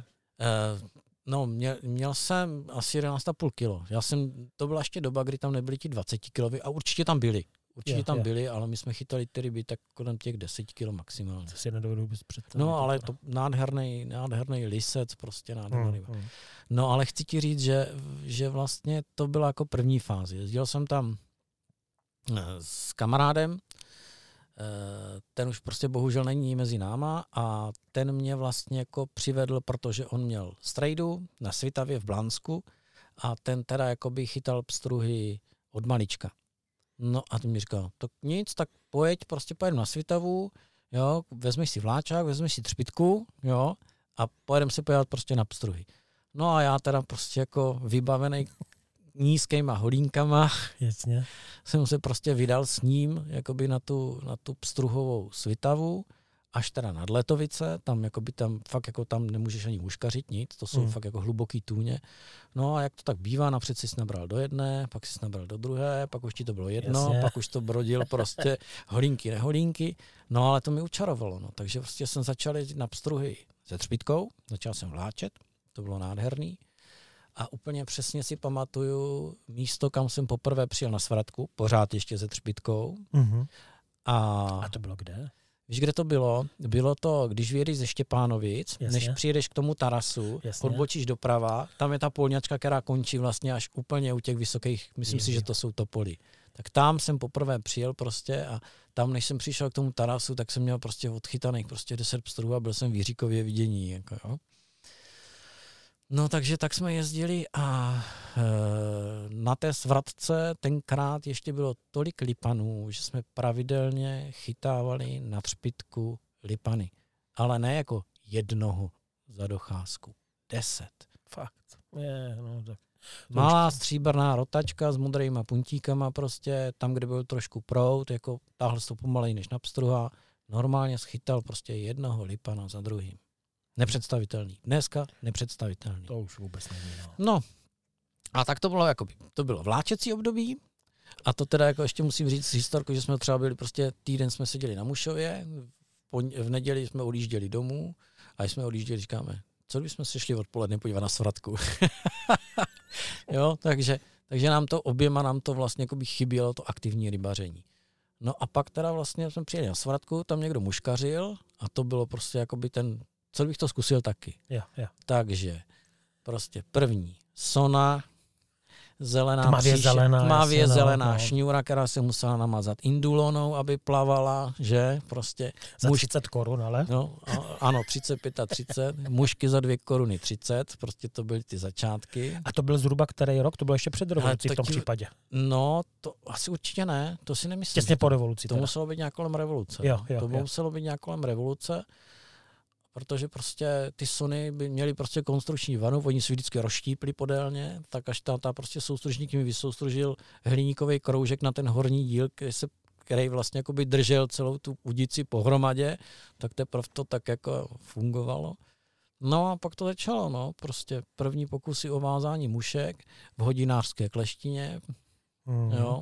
Měl jsem asi 11,5 kilo. To byla ještě doba, kdy tam nebyli ti 20 kiloví a určitě tam byli. Byli, ale my jsme chytali ty ryby tak kolem těch 10 kilo maximálně. To si nedovedu vůbec představit. No, ale to nádherný lisec, prostě nádherná ryba. No, ale chci ti říct, že vlastně to byla jako první fáze. Jezdil jsem tam s kamarádem, ten už prostě bohužel není mezi náma a ten mě vlastně jako přivedl, protože on měl strejdu na Svitavě v Blansku a ten teda jakoby chytal pstruhy od malička. No a ten mi říkal, tak nic, tak pojedeme na Svitavu, jo, vezmeš si vláčák, vezmeš si třpytku, jo, a pojedeme se podívat prostě na pstruhy. No a já teda prostě jako vybavený nízkýma holínkama, Jasně. jsem se prostě vydal s ním jakoby na tu pstruhovou Svitavu, až teda nad Letovice, tam jakoby tam fakt jako tam nemůžeš ani muškařit nic, to jsou fakt jako hluboký tůně. No a jak to tak bývá, napřed jsi nabral do jedné, pak jsi nabral do druhé, pak už ti to bylo jedno, Jasně. pak už to brodil prostě holínky, neholínky, no ale to mi učarovalo, no. Takže prostě jsem začal jít na pstruhy se třpytkou, začal jsem vláčet, to bylo nádherný. A úplně přesně si pamatuju místo, kam jsem poprvé přijel na Svratku, pořád ještě se třpytkou. Mm-hmm. A to bylo kde? víš, kde to bylo? Bylo to, když vyjedeš ze Štěpánovic, Jasně. než přijedeš k tomu Tarasu, Jasně. odbočíš doprava, tam je ta polňačka, která končí vlastně až úplně u těch vysokých, myslím si, že to jsou topoly. Tak tam jsem poprvé přijel prostě a tam, než jsem přišel k tomu Tarasu, tak jsem měl prostě odchytaných prostě 10 pstruhů a byl jsem v Jiříkově vidění. Jako, jo. No takže tak jsme jezdili a na té Svratce tenkrát ještě bylo tolik lipanů, že jsme pravidelně chytávali na třpytku lipany. Ale ne jako jednoho za docházku. 10. Fakt. Je, no, tak. Malá stříbrná rotačka s modrýma puntíkama prostě, tam, kde byl trošku proud, jako táhl to pomalej než na pstruha, normálně schytal prostě jednoho lipana za druhým. Nepředstavitelný. Dneska nepředstavitelný. To už vůbec není. No. A tak to bylo jakoby, to bylo vláčecí období a to teda jako ještě musím říct historku, že jsme třeba byli prostě týden jsme seděli na Mušově, v neděli jsme odjížděli domů a když jsme odjížděli, říkáme, co kdybychom se šli odpoledne podívat na Svratku. Jo, takže nám to oběma nám to vlastně jakoby chybělo to aktivní rybaření. No a pak teda vlastně jsme přijeli na Svratku, tam někdo muškařil a to bylo prostě jakoby ten, co bych to zkusil taky. Jo. Takže prostě první sona, zelená tmavě zelená šňůra, která se musela namazat indulonou, aby plavala, že prostě. Za 30 korun, ale? No, ano, 35 a 30, mušky za 2 koruny 30, prostě to byly ty začátky. A to byl zhruba který rok? To bylo ještě před revolucí v tom případě? No, to asi určitě ne, to si nemyslím. Těsně po revoluci. To muselo být nějak kolem revoluce. Jo, to muselo být nějak kolem revoluce. Protože prostě ty sony by měly prostě konstrukční vanu, oni si vždycky rozštípli podélně, tak až ta prostě soustružník mi vysoustružil hliníkový kroužek na ten horní díl, který vlastně jakoby držel celou tu udici pohromadě, tak teprve to tak jako fungovalo. No a pak to začalo, no, prostě první pokusy o vázání mušek v hodinářské kleštině, jo.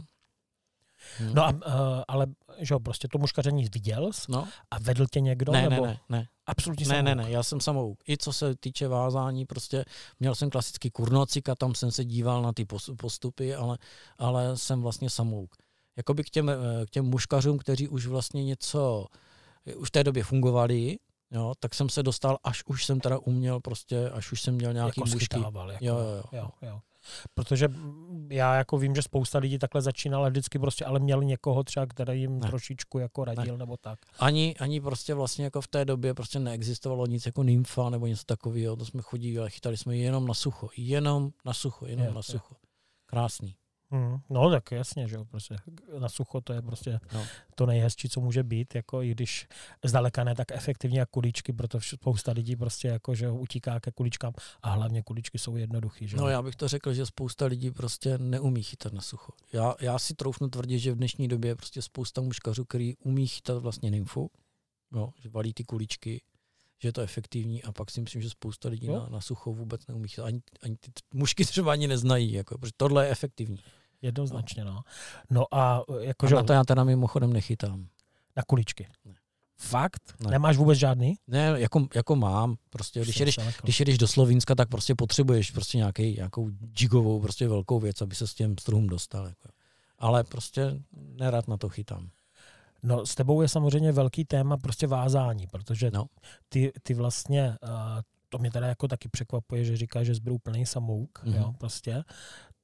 No ale že prostě to muškaření viděl jsi a vedl tě někdo? Ne. Absolutně samouk. Ne, já jsem samouk. I co se týče vázání, prostě měl jsem klasický kurnocik a tam jsem se díval na ty postupy, ale jsem vlastně samouk. Jakoby k těm muškařům, kteří už vlastně něco, už v té době fungovali, jo, tak jsem se dostal, až už jsem teda uměl prostě, až už jsem měl nějaký jako mušky. Jo. Protože já jako vím, že spousta lidí takhle začínala vždycky prostě, ale měl někoho třeba, který jim trošičku jako radil nebo tak. Ani prostě vlastně jako v té době prostě neexistovalo nic jako nymfa nebo něco takového, to jsme chodili, chytali jsme jenom na sucho. Jenom na sucho. Krásný. No tak jasně, že jo, prostě na sucho to je prostě to nejhezčí, co může být, jako i když zdaleka ne tak efektivně jak kuličky, protože spousta lidí prostě jako, že utíká ke kuličkám a hlavně kuličky jsou jednoduchý, že jo. No já bych to řekl, že spousta lidí prostě neumí chytat na sucho. Já si troufnu tvrdit, že v dnešní době je prostě spousta muškařů, který umí chytat vlastně nymfu, že valí ty kuličky, že je to efektivní a pak si myslím, že spousta lidí na sucho vůbec neumí chytat. Ani ty mušky třeba ani neznají, jako, protože tohle je efektivní. Jednoznačně, no. No a jakože... Na to já teda mimochodem nechytám. Na kuličky? Ne. Fakt? Ne. Nemáš vůbec žádný? Ne, jako mám. Prostě, když jedeš do Slovinska, tak prostě potřebuješ prostě nějakou jigovou, prostě velkou věc, aby se s těm struhům dostal. Jako. Ale prostě nerad na to chytám. No s tebou je samozřejmě velký téma prostě vázání, protože ty vlastně, to mě teda jako taky překvapuje, že říkáš, že jsi byl úplný samouk, jo, prostě.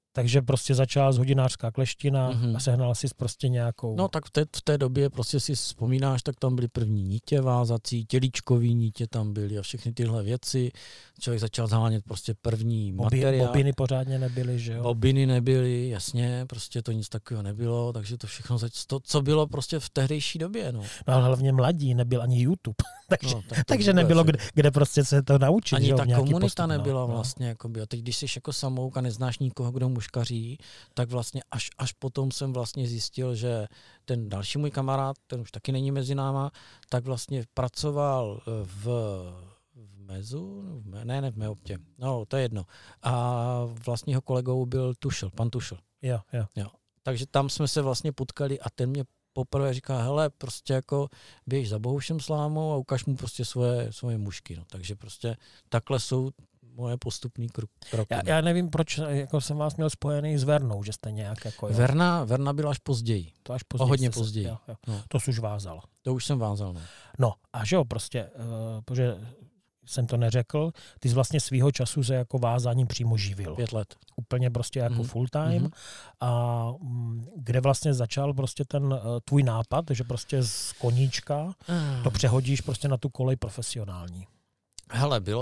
Takže prostě začala hodinářská kleština a sehnala si prostě nějakou... No tak v té době prostě si vzpomínáš, tak tam byly první nítě vázací, tělíčkový nítě tam byly a všechny tyhle věci. Člověk začal zahánět prostě první materiál. Bobiny pořádně nebyly, že jo? Bobiny nebyly, jasně, prostě to nic takového nebylo, takže to všechno, to, co bylo prostě v tehdejší době. No ale hlavně mladí, nebyl ani YouTube, takže vůbec, nebylo kde prostě se to naučit. Ani že jo, ta komunita postup, nebyla vlastně. Jakoby. A teď, když jsi jako samouk a neznáš nikoho, kdo muškaří, tak vlastně až potom jsem vlastně zjistil, že ten další můj kamarád, ten už taky není mezi náma, tak vlastně pracoval v Mezu? Ne v Meoptě. No, to je jedno. A vlastně jeho kolegou byl pan Tušl. Jo. Takže tam jsme se vlastně potkali a ten mě poprvé říká, hele, prostě jako běž za Bohušem Slámou a ukaž mu prostě svoje mušky. No. Takže prostě takhle jsou moje postupný kroky. Já nevím, proč jako jsem vás měl spojený s Vernou, že jste nějak jako... Jo. Verna byla až později. To až později. O hodně později. Jo. No. To jsi už vázal. To už jsem vázal, no. No a že jo, prostě, protože jsem to neřekl, ty jsi vlastně svýho času se jako vázáním přímo živil. 5 let. Úplně prostě jako full time. A kde vlastně začal prostě ten tvůj nápad, že prostě z koníčka to přehodíš prostě na tu kolej profesionální. Hele, bylo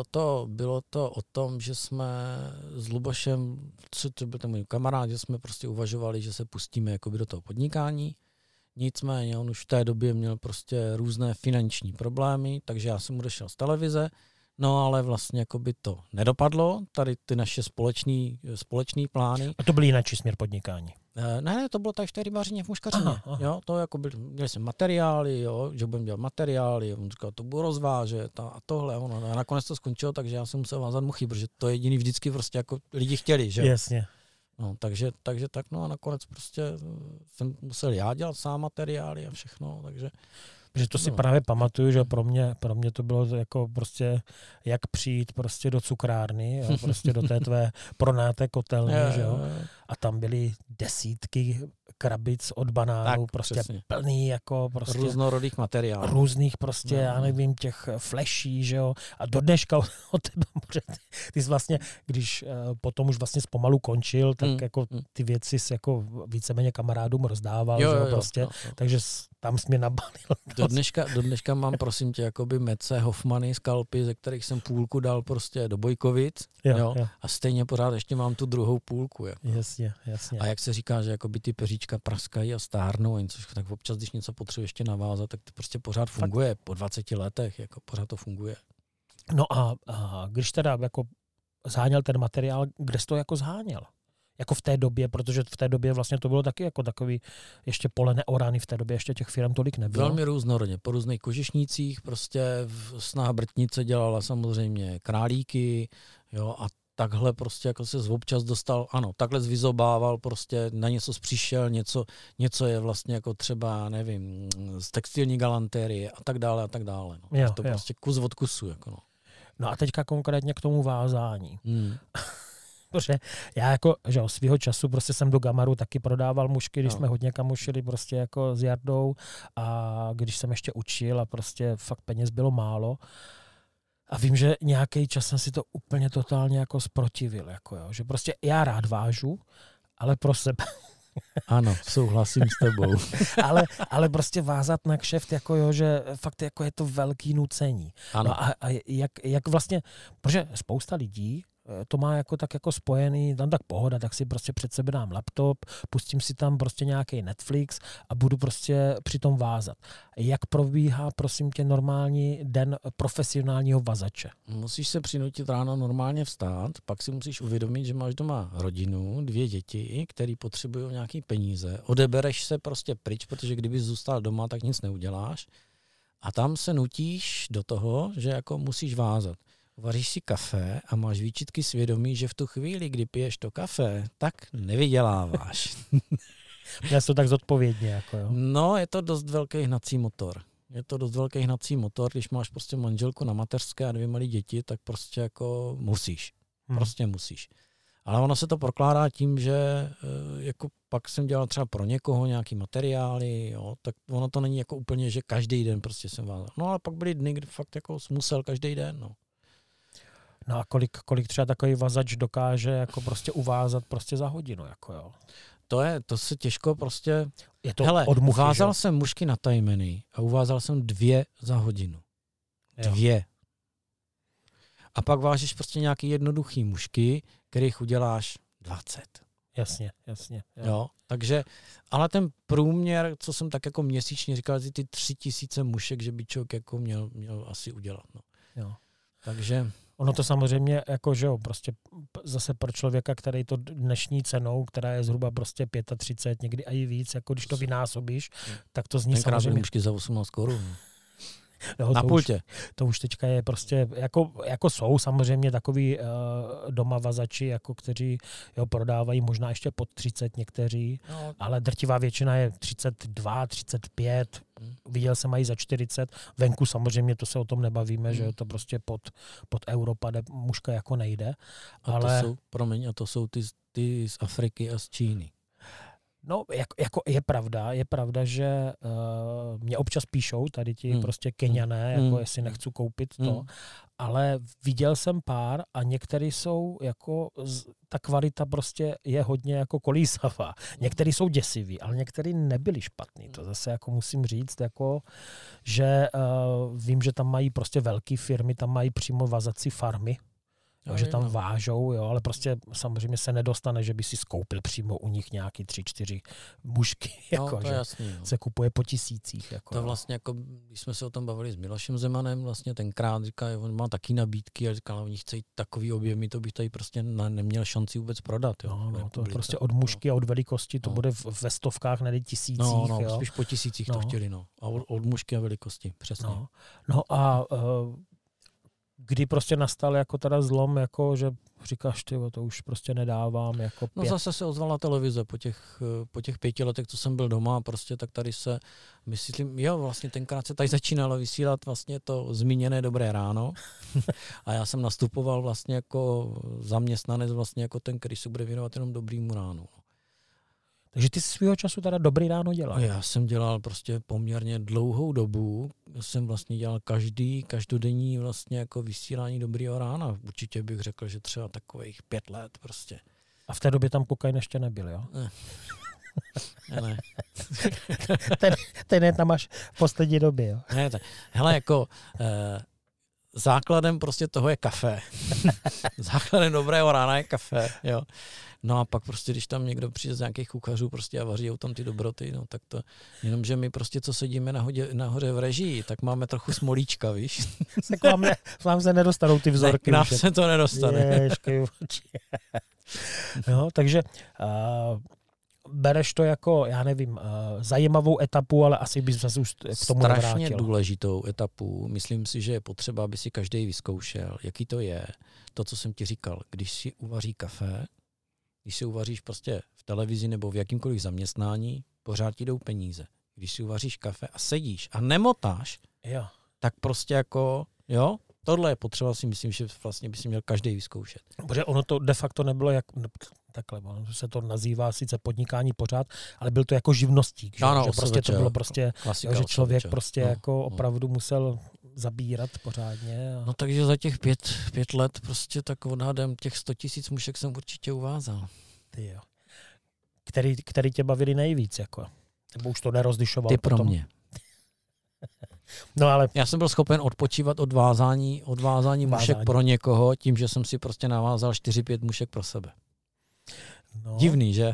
to o tom, že jsme s Lubošem, co to byl ten můj kamarád, že jsme prostě uvažovali, že se pustíme jakoby do toho podnikání. Nicméně on už v té době měl prostě různé finanční problémy, takže já jsem odešel z televize, no ale vlastně jakoby to nedopadlo, tady ty naše společný plány. A to byl jiný směr podnikání? Ne, to bylo tady v té rybařině v muškařině. Aha. Jo, to jako měli jsme materiály, jo, že budeme dělat materiály, on říkal, to budu rozvážet a tohle. A nakonec to skončilo, takže já jsem musel vázat muchy, protože to jediný vždycky prostě jako lidi chtěli, že? Jasně. No, takže tak, no a nakonec prostě jsem musel já dělat sám materiály a všechno, takže... Protože to si právě pamatuju, že pro mě to bylo jako prostě, jak přijít prostě do cukrárny, jo, prostě do té tvé pronáté kotelny, že jo. A tam byly desítky krabic od banánů, tak, prostě přesně. Plný jako prostě... Různorodých materiálů. Různých prostě, já nevím, těch flashy, že jo. A do dneška od tebe, ty jsi vlastně, když potom už vlastně zpomalu končil, tak jako ty věci si jako víceméně kamarádům rozdával, že jo, prostě. Jo. Takže tam jsi mě nabalil. Do dneška mám, prosím tě, jakoby mece, Hoffmany, skalpy, ze kterých jsem půlku dal prostě do Bojkovic, jo. A stejně pořád ještě mám tu druhou půlku. Jako. Jasně. A jak se říká, že jakoby ty peříčka praskají a stárnou, tak občas, když něco potřebuje ještě navázat, tak to prostě pořád funguje. Po 20 letech, jako pořád to funguje. No a když teda jako zháněl ten materiál, kde jsi to jako zháněl? Jako v té době, protože v té době vlastně to bylo taky jako takový ještě pole neorány, v té době ještě těch firm tolik nebylo. Velmi různorodně, po různých kožešnících, prostě Snaha Brtnice dělala samozřejmě králíky, jo, a takhle prostě jako se občas dostal, ano, takhle zvyzobával prostě, na něco přišel, něco je vlastně jako třeba, nevím, z textilní galantérie a tak dále. No. Jo, to prostě kus od kusu, jako no. No a teďka konkrétně k tomu vázání. Protože já jako, že svýho času prostě jsem do Gamaru taky prodával mušky, když jsme hodně kamušili prostě jako s Jardou a když jsem ještě učil a prostě fakt peněz bylo málo. A vím, že nějaký čas jsem si to úplně totálně jako zprotivil, jako jo, že prostě já rád vážu, ale pro sebe. Ano, souhlasím s tebou. ale prostě vázat na kšeft, jako jo, že fakt jako je to velký nucení. Ano. No a jak vlastně, protože spousta lidí to má jako tak jako spojený, tam tak pohoda, tak si prostě před sebe dám laptop, pustím si tam prostě nějaký Netflix a budu prostě přitom vázat. Jak probíhá, prosím tě, normální den profesionálního vazače? Musíš se přinutit ráno normálně vstát, pak si musíš uvědomit, že máš doma rodinu, 2 děti, který potřebují nějaký peníze. Odebereš se prostě pryč, protože kdyby zůstal doma, tak nic neuděláš. A tam se nutíš do toho, že jako musíš vázat. Vaříš si kafe a máš výčitky svědomí, že v tu chvíli, kdy piješ to kafe, tak nevyděláváš. Měl jsi to tak zodpovědně. Jako jo? No, je to dost velký hnací motor. Když máš prostě manželku na mateřské a 2 malé děti, tak prostě jako musíš. Prostě musíš. Ale ono se to prokládá tím, že jako pak jsem dělal třeba pro někoho nějaký materiály, jo, tak ono to není jako úplně, že každý den prostě jsem vázal. No ale pak byly dny, kdy fakt jako musel každý den, no. No a kolik třeba takový vazač dokáže jako prostě uvázat prostě za hodinu, jako jo. To se těžko prostě... Je to hele, od muchy, uvázal že? jsem mušky na tajmeny a uvázal jsem 2 za hodinu. 2. A pak vážeš prostě nějaký jednoduchý mušky, kterých uděláš 20. Jasně. Jo, takže, ale ten průměr, co jsem tak jako měsíčně říkal, ty 3000 mušek, že by člověk jako měl asi udělat. No. Jo. Takže... Ono to samozřejmě, jako že jo, prostě zase pro člověka, který to dnešní cenou, která je zhruba prostě 35, někdy i víc, jako když to vynásobíš, tak to zní tenkrát samozřejmě... byly mušky za 18 korun. No, na pultě. To už teďka je prostě, jako jsou samozřejmě takový doma vazači, jako kteří prodávají možná ještě pod 30 někteří, No. ale drtivá většina je 32, 35, viděl jsem mají za 40, venku samozřejmě to se o tom nebavíme, že to prostě pod Europadem mužka jako nejde. Ale... to jsou ty z Afriky a z Číny. No, jako je pravda, že mě občas píšou tady ti prostě Keňané, jako jestli nechci koupit to, ale viděl jsem pár a některý jsou jako, ta kvalita prostě je hodně jako kolísavá. Některý jsou děsivý, ale některý nebyli špatný. To zase jako musím říct, jako, že vím, že tam mají prostě velké firmy, tam mají přímo vazací farmy, jo, že tam vážou, jo, ale prostě samozřejmě se nedostane, že by si skoupil přímo u nich nějaký 3-4 mušky, jako, to že jasný, se kupuje po tisících. Jako, to vlastně, jako, když jsme se o tom bavili s Milošem Zemanem, vlastně tenkrát říká, on má taky nabídky a říkal, oni chcejí takový objemy, to bych tady prostě neměl šanci vůbec prodat. Jo, no, to prostě od mušky a od velikosti, to bude ve stovkách, ne tisících. Jo. Spíš po tisících to chtěli, no. A od mušky a velikosti, přesně. No a kdy prostě nastal jako teda zlom, jako že říkáš, tyjo, to už prostě nedávám. Jako 5. No zase se ozvala televize po těch 5 letech, co jsem byl doma, prostě tak tady se, myslím, vlastně tenkrát se tady začínalo vysílat vlastně to zmíněné Dobré ráno a já jsem nastupoval vlastně jako zaměstnanec, vlastně jako ten, který se bude věnovat jenom Dobrýmu ránu. Takže ty svýho času teda Dobrý ráno dělal? Já jsem dělal prostě poměrně dlouhou dobu. Jsem vlastně dělal každodenní vlastně jako vysílání Dobrýho rána. Určitě bych řekl, že třeba takových 5 let prostě. A v té době tam kokain ještě nebyl, jo? Ne. ten je tam až v poslední době, jo? Ne, tak, hele, jako základem prostě toho je kafe. Základem Dobrého rána je kafe, jo. No a pak prostě, když tam někdo přijde z nějakých kuchařů prostě a vaří tam ty dobroty, no tak to, jenomže my prostě, co sedíme nahoře v režii, tak máme trochu smolíčka, víš. Tak vám se nedostanou ty vzorky. Ne, se to nedostane. Jo, takže bereš to jako, já nevím, zajímavou etapu, ale asi bys zase už k tomu nevrátil. Strašně důležitou etapu. Myslím si, že je potřeba, aby si každý vyzkoušel, jaký to je. To, co jsem ti říkal, když si uvaří kafe, když si uvaříš prostě v televizi nebo v jakýmkoliv zaměstnání, pořád ti jdou peníze. Když si uvaříš kafe a sedíš a nemotáš, tak prostě jako, jo, tohle je potřeba, si myslím, že vlastně by si měl každý vyzkoušet. Protože ono to de facto nebylo takhle, se to nazývá sice podnikání pořád, ale byl to jako živnostík, že, ano, že prostě to bylo prostě, klasika, že člověk prostě jako opravdu musel zabírat pořádně. No takže za těch 5 let prostě tak odhadem těch 100 000 mušek jsem určitě uvázal. Ty jo. Který tě bavili nejvíc, jako? Nebo už to nerozlišoval? Ty pro mě. No, ale... Já jsem byl schopen odpočívat od vázání mušek pro někoho, tím, že jsem si prostě navázal 4-5 mušek pro sebe. No. Divný, že?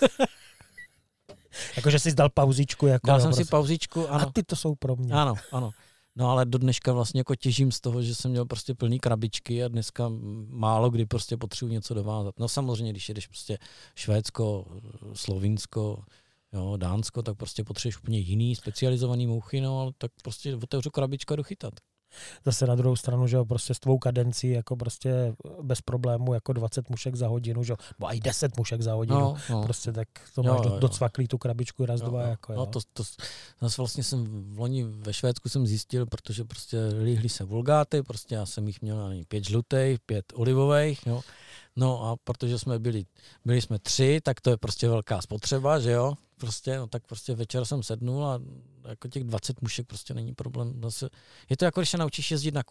Jakože jsi dal pauzičku. Jako, dal jsem si pauzičku, ano. A ty to jsou pro mě. Ano. No ale do dneška vlastně jako těžím z toho, že jsem měl prostě plný krabičky a dneska málo kdy prostě potřebuji něco dovázat. No samozřejmě, když jedeš prostě Švédsko, Slovinsko, jo, Dánsko, tak prostě potřebuješ úplně jiný specializovaný mouchy, no ale tak prostě otevřu krabičku a jdu chytat. Zase na druhou stranu, že jo, prostě s tvou kadencí jako prostě bez problému jako 20 mušek za hodinu, že jo, nebo i 10 mušek za hodinu, prostě tak to máš docvaklý tu krabičku raz, dva, jako jo. No to zase vlastně jsem v loni ve Švédsku jsem zjistil, protože prostě líhly se vulgáty, prostě já jsem jich měl 5 žlutých, 5 olivových, jo. No a protože jsme byli jsme 3, tak to je prostě velká spotřeba, že jo. Prostě, no tak prostě večer jsem sednul a jako těch 20 mušek prostě není problém. Zase, je to jako, když se naučíš jezdit na kole.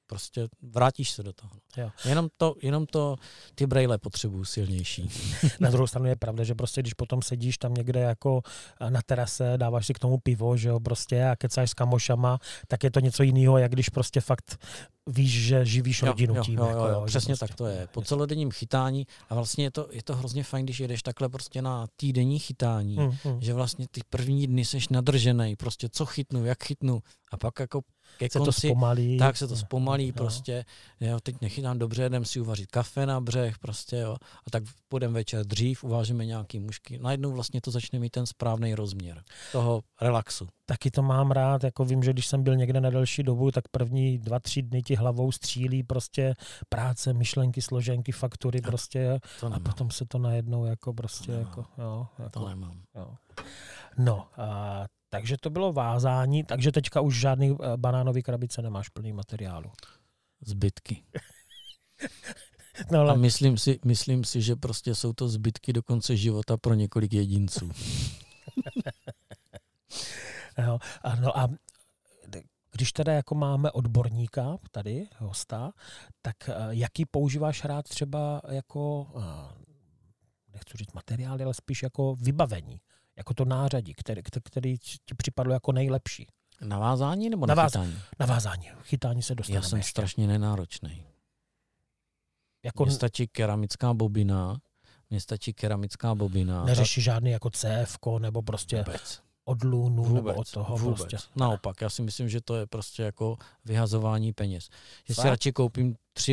prostě vrátíš se do toho. Jo. Jenom to ty brejle potřebují silnější. Na druhou stranu je pravda, že prostě když potom sedíš tam někde jako na terase, dáváš si k tomu pivo, že jo, prostě a kecáš s kamošama, tak je to něco jiného, jak když prostě fakt víš, že živíš rodinu tím. Jo, přesně prostě, tak to je. Po celodenním chytání a vlastně je to hrozně fajn, když jedeš takhle prostě na týdenní chytání, že vlastně ty první dny seš nadržený, prostě co chytnu, jak chytnu a pak jako ke konci, tak se to zpomalí prostě, jo, teď nechytám dobře, jdem si uvařit kafe na břeh prostě, jo, a tak půjdeme večer dřív, uvážíme nějaký mušky, najednou vlastně to začne mít ten správný rozměr toho relaxu. Taky to mám rád, jako vím, že když jsem byl někde na delší dobu, tak první 2-3 dny ti hlavou střílí prostě práce, myšlenky, složenky, faktury prostě a potom se to najednou jako prostě jako, jo. To nemám. Jo. No, takže to bylo vázání, takže teďka už žádný banánový krabice nemáš plný materiálu. Zbytky. No, ale... A myslím si, že prostě jsou to zbytky do konce života pro několik jedinců. No a když teda jako máme odborníka tady, hosta, tak jaký používáš rád třeba jako, nechci říct materiály, ale spíš jako vybavení, jako to nářadí, který ti připadlo jako nejlepší? Navázání nebo na chytání? Navázání. Chytání se dostaneme. Já jsem ještě strašně nenáročný. Jako... Mně stačí keramická bobina. Neřeší žádný jako CF-ko nebo prostě... Vůbec. Od lůnu vůbec, nebo od toho vůbec. Prostě. Naopak, já si myslím, že to je prostě jako vyhazování peněz. Že si radši koupím 3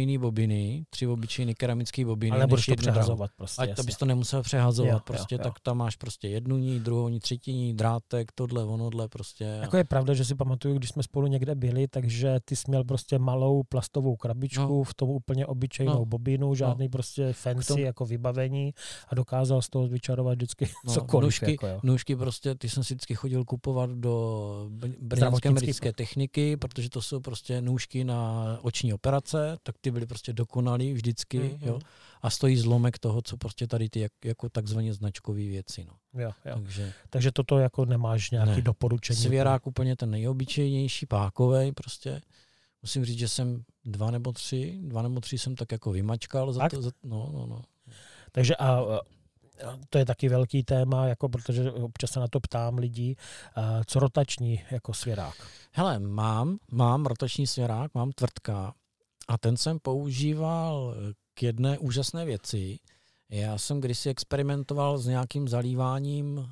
obyčejné keramické bobiny, ale nebudeš to přehazovat prostě. Ať to bys to nemusel přehazovat, prostě, tak tam máš prostě 1 ní, 2 ní, 3 ní, drátek, tohle, onodle prostě. Jako je pravda, že si pamatuju, když jsme spolu někde byli, takže ty jsi měl prostě malou plastovou krabičku, v tom úplně obyčejnou bobinu, žádný prostě fancy jako vybavení a dokázal z toho vyčarovat vždycky cokoliv. Nůžky prostě, ty jsem si vždycky chodil kupovat do brněnské medické techniky, protože to jsou prostě nůžky na oční operace, tak ty byly prostě dokonalý vždycky, jo. A stojí zlomek toho, co prostě tady ty jako takzvaně značkové věci, no. Jo. Takže toto jako nemáš nějaký doporučení? Svěrák úplně ten nejobyčejnější, pákovej prostě. Musím říct, že jsem 2 nebo 3 jsem tak jako vymačkal. No. Takže a to je taky velký téma, jako protože občas se na to ptám lidí, co rotační jako svěrák? Hele, mám rotační svěrák, mám tvrdka a ten jsem používal k jedné úžasné věci. Já jsem kdysi experimentoval s nějakým zalíváním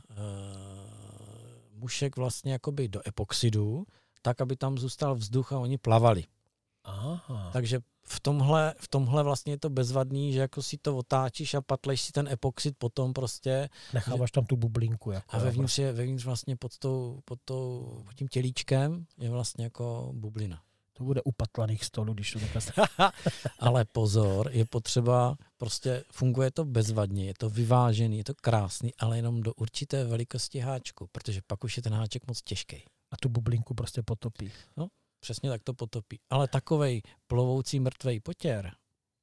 mušek vlastně jakoby do epoxidu, tak, aby tam zůstal vzduch a oni plavali. Aha. Takže v tomhle vlastně je to bezvadný, že jako si to otáčíš a patleš si ten epoxid potom prostě. Necháváš tam tu bublinku. Jako, a vevnitř vlastně pod tím tělíčkem je vlastně jako bublina. To bude u patlaných stolů, když to takhle... Ale pozor, je potřeba, prostě funguje to bezvadně, je to vyvážený, je to krásný, ale jenom do určité velikosti háčku, protože pak už je ten háček moc těžký. A tu bublinku prostě potopí. No, přesně tak to potopí. Ale takovej plovoucí mrtvej potěr.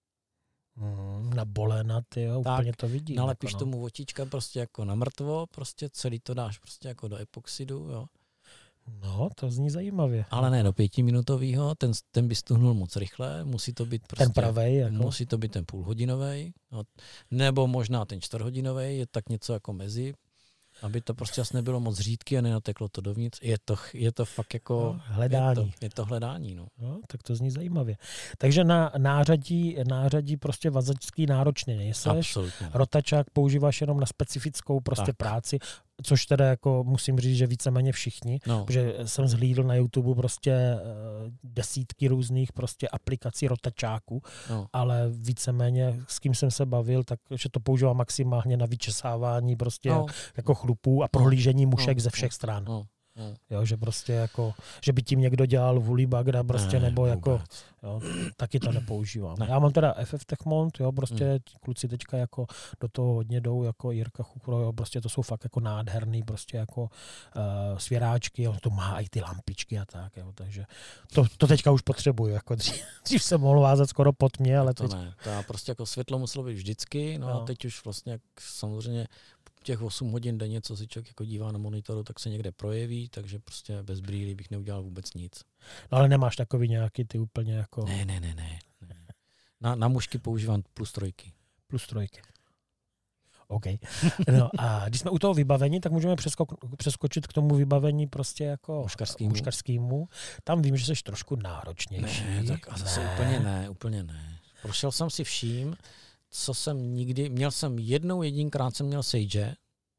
Na bolena, tyjo, úplně to vidím. Nalepíš tomu očička prostě jako na mrtvo, prostě celý to dáš prostě jako do epoxidu, jo. No, to zní zajímavě. Ale ne do 5minutovýho, ten by stuhnul moc rychle, musí to být prostě... Ten pravej, jako? Musí to být ten půlhodinovej, no, nebo možná ten 4hodinovej, je tak něco jako mezi, aby to prostě nebylo moc řídky a nenateklo to dovnitř. Je to fakt jako... Hledání. Je to hledání, no. No, tak to zní zajímavě. Takže na nářadí prostě vazačský náročný nejseš. Absolutně. Rotačák používáš jenom na specifickou prostě práci, což teda jako musím říct, že víceméně všichni, protože jsem zhlídl na YouTube prostě desítky různých prostě aplikací rotačáků, ale víceméně s kým jsem se bavil, takže to používám maximálně na vyčesávání prostě jako chlupů a prohlížení mušek ze všech stran. Jo, že prostě jako, že by tím někdo dělal vůli bagra prostě, nebo jako, jo, taky to nepoužívám. Já mám teda FF Techmont, jo, prostě kluci teďka jako do toho hodně jdou, jako Jirka Chuchro, jo, prostě to jsou fakt jako nádherný prostě jako svěráčky, on to má i ty lampičky a tak, jo, takže to teďka už potřebuju, jako dřív jsem mohl vázat skoro pod mě, ale to teď... ne, to prostě jako světlo muselo být vždycky, no a teď už vlastně samozřejmě těch 8 hodin denně, co si člověk jako dívá na monitoru, tak se někde projeví, takže prostě bez brýlí bych neudělal vůbec nic. No ale nemáš takový nějaký ty úplně jako... Ne. Na mužky používám +3. +3. OK. No a když jsme u toho vybavení, tak můžeme přeskočit k tomu vybavení prostě jako muškarskému. Tam vím, že jsi trošku náročnější. Ne, tak a zase úplně ne. Prošel jsem si vším, co jsem nikdy, jedinkrát jsem měl Sage,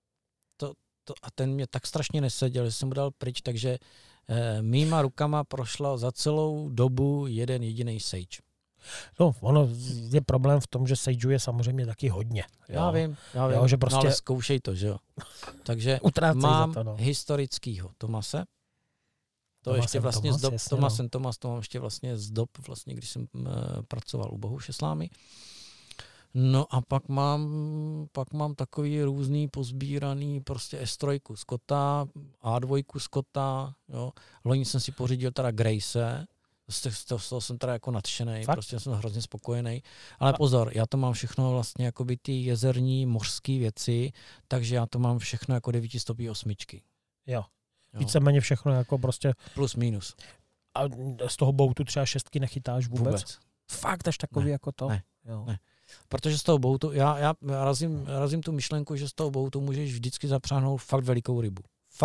a ten mě tak strašně neseděl, že jsem mu dal pryč, takže mýma rukama prošla za celou dobu jeden jediný Sage. No, ono je problém v tom, že Sageu je samozřejmě taky hodně. Jo. Já vím, jo, že prostě... no, ale zkoušej to, že jo. Takže mám historickýho Thomase. To ještě vlastně z dob, Thomas, to mám ještě vlastně z dob, vlastně, když jsem pracoval u Bohuše Slámy. No a pak mám takový různý pozbíraný prostě S3 Scotta, A2 Scotta, jo. Loni jsem si pořídil teda Grace, z toho jsem teda jako nadšenej, prostě jsem hrozně spokojený. Ale pozor, já to mám všechno vlastně jako by ty jezerní mořské věci, takže já to mám všechno jako 908. Jo. Víceméně všechno jako prostě... Plus minus. A z toho boutu třeba 6 nechytáš vůbec? Fakt až takový ne, jako to? Ne, jo. Ne. Protože z toho boutu, já razím tu myšlenku, že z toho boutu můžeš vždycky zapřáhnout fakt velikou rybu.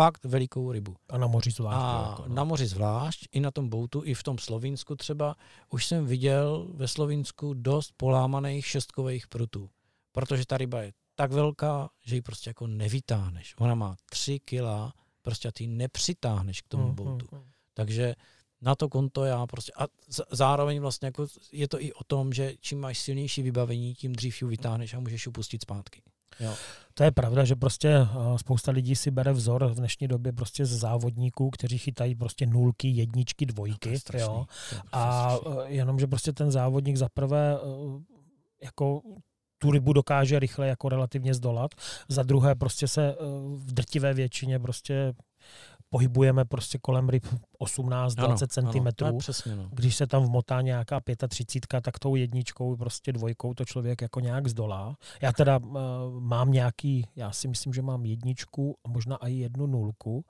A na moři zvlášť. Na moři zvlášť, i na tom boutu, i v tom Slovinsku třeba. Už jsem viděl ve Slovinsku dost polámaných šestkových prutů. Protože ta ryba je tak velká, že ji prostě jako nevytáhneš. Ona má 3 kila, prostě ty nepřitáhneš k tomu boutu. Takže na to konto já prostě... A zároveň vlastně jako je to i o tom, že čím máš silnější vybavení, tím dřív ji vytáhneš a můžeš ji pustit zpátky. Jo. To je pravda, že prostě spousta lidí si bere vzor v dnešní době prostě z závodníků, kteří chytají prostě 0, 1, 2, jo. A jenom, že prostě ten závodník zaprvé jako tu rybu dokáže rychle jako relativně zdolat, za druhé prostě se v drtivé většině prostě pohybujeme prostě kolem ryb 18-20 cm. Přesně, no. Když se tam vmotá nějaká 35, tak tou 1, prostě 2 to člověk jako nějak zdolá. Já teda mám já si myslím, že mám 1 a možná i 1 0,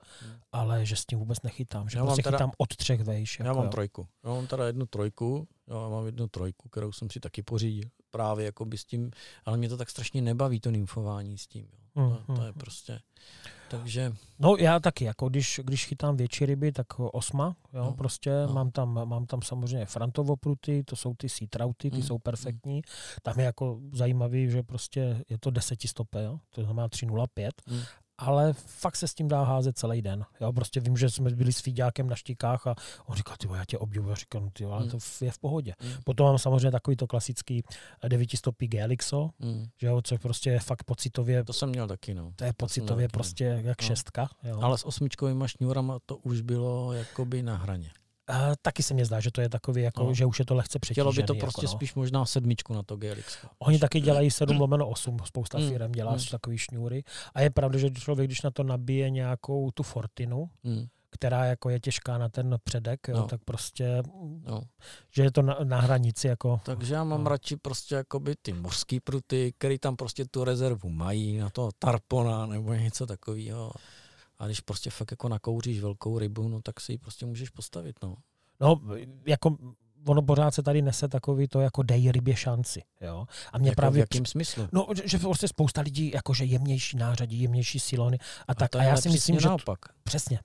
ale že s tím vůbec nechytám. Že prostě chytám od 3 vejš. Já mám 3. Já mám teda 1 3, já mám 1 3, kterou jsem si taky pořídil. Právě jako by s tím, ale mě to tak strašně nebaví, to nymfování s tím. Jo. To je prostě... Takže... No já taky, jako když chytám větší ryby, tak 8, jo, prostě mám tam samozřejmě frantovopruty, to jsou ty sea trouty, ty jsou perfektní. Tam je jako zajímavý, že prostě je to 10 stopé, jo, to znamená 3,05, ale fakt se s tím dá házet celý den. Jo, prostě vím, že jsme byli s Fíďákem na Štikách a on říkal, já tě obdivuji, a říkal, ale to je v pohodě. Potom mám samozřejmě takový to klasický 900 GLXO, že jo, což prostě je fakt pocitově. To jsem měl taky, no. To je pocitově prostě jak 6. Jo. Ale s 8 šňůrama to už bylo jakoby na hraně. Taky se mně zdá, že to je takový, jako, že už je to lehce přetížený. Chtělo by to prostě spíš možná 7 na to GLX. Oni taky dělají 7/8, spousta firem dělá takový šňůry. A je pravda, že člověk, když na to nabije nějakou tu Fortinu, která jako je těžká na ten předek, jo, tak prostě, že je to na hranici. Jako, takže já mám radši prostě jakoby ty mořský pruty, který tam prostě tu rezervu mají, na toho tarpona nebo něco takového. A když prostě fakt jako nakouříš velkou rybu, no tak si ji prostě můžeš postavit, no. No, jako ono pořád se tady nese takový to, jako dej rybě šanci, jo. A mě jako právě... V jakém smyslu? No, že prostě spousta lidí, jakože jemnější nářadí, jemnější silony a tak. To je, a já si myslím, že... naopak. Přesně.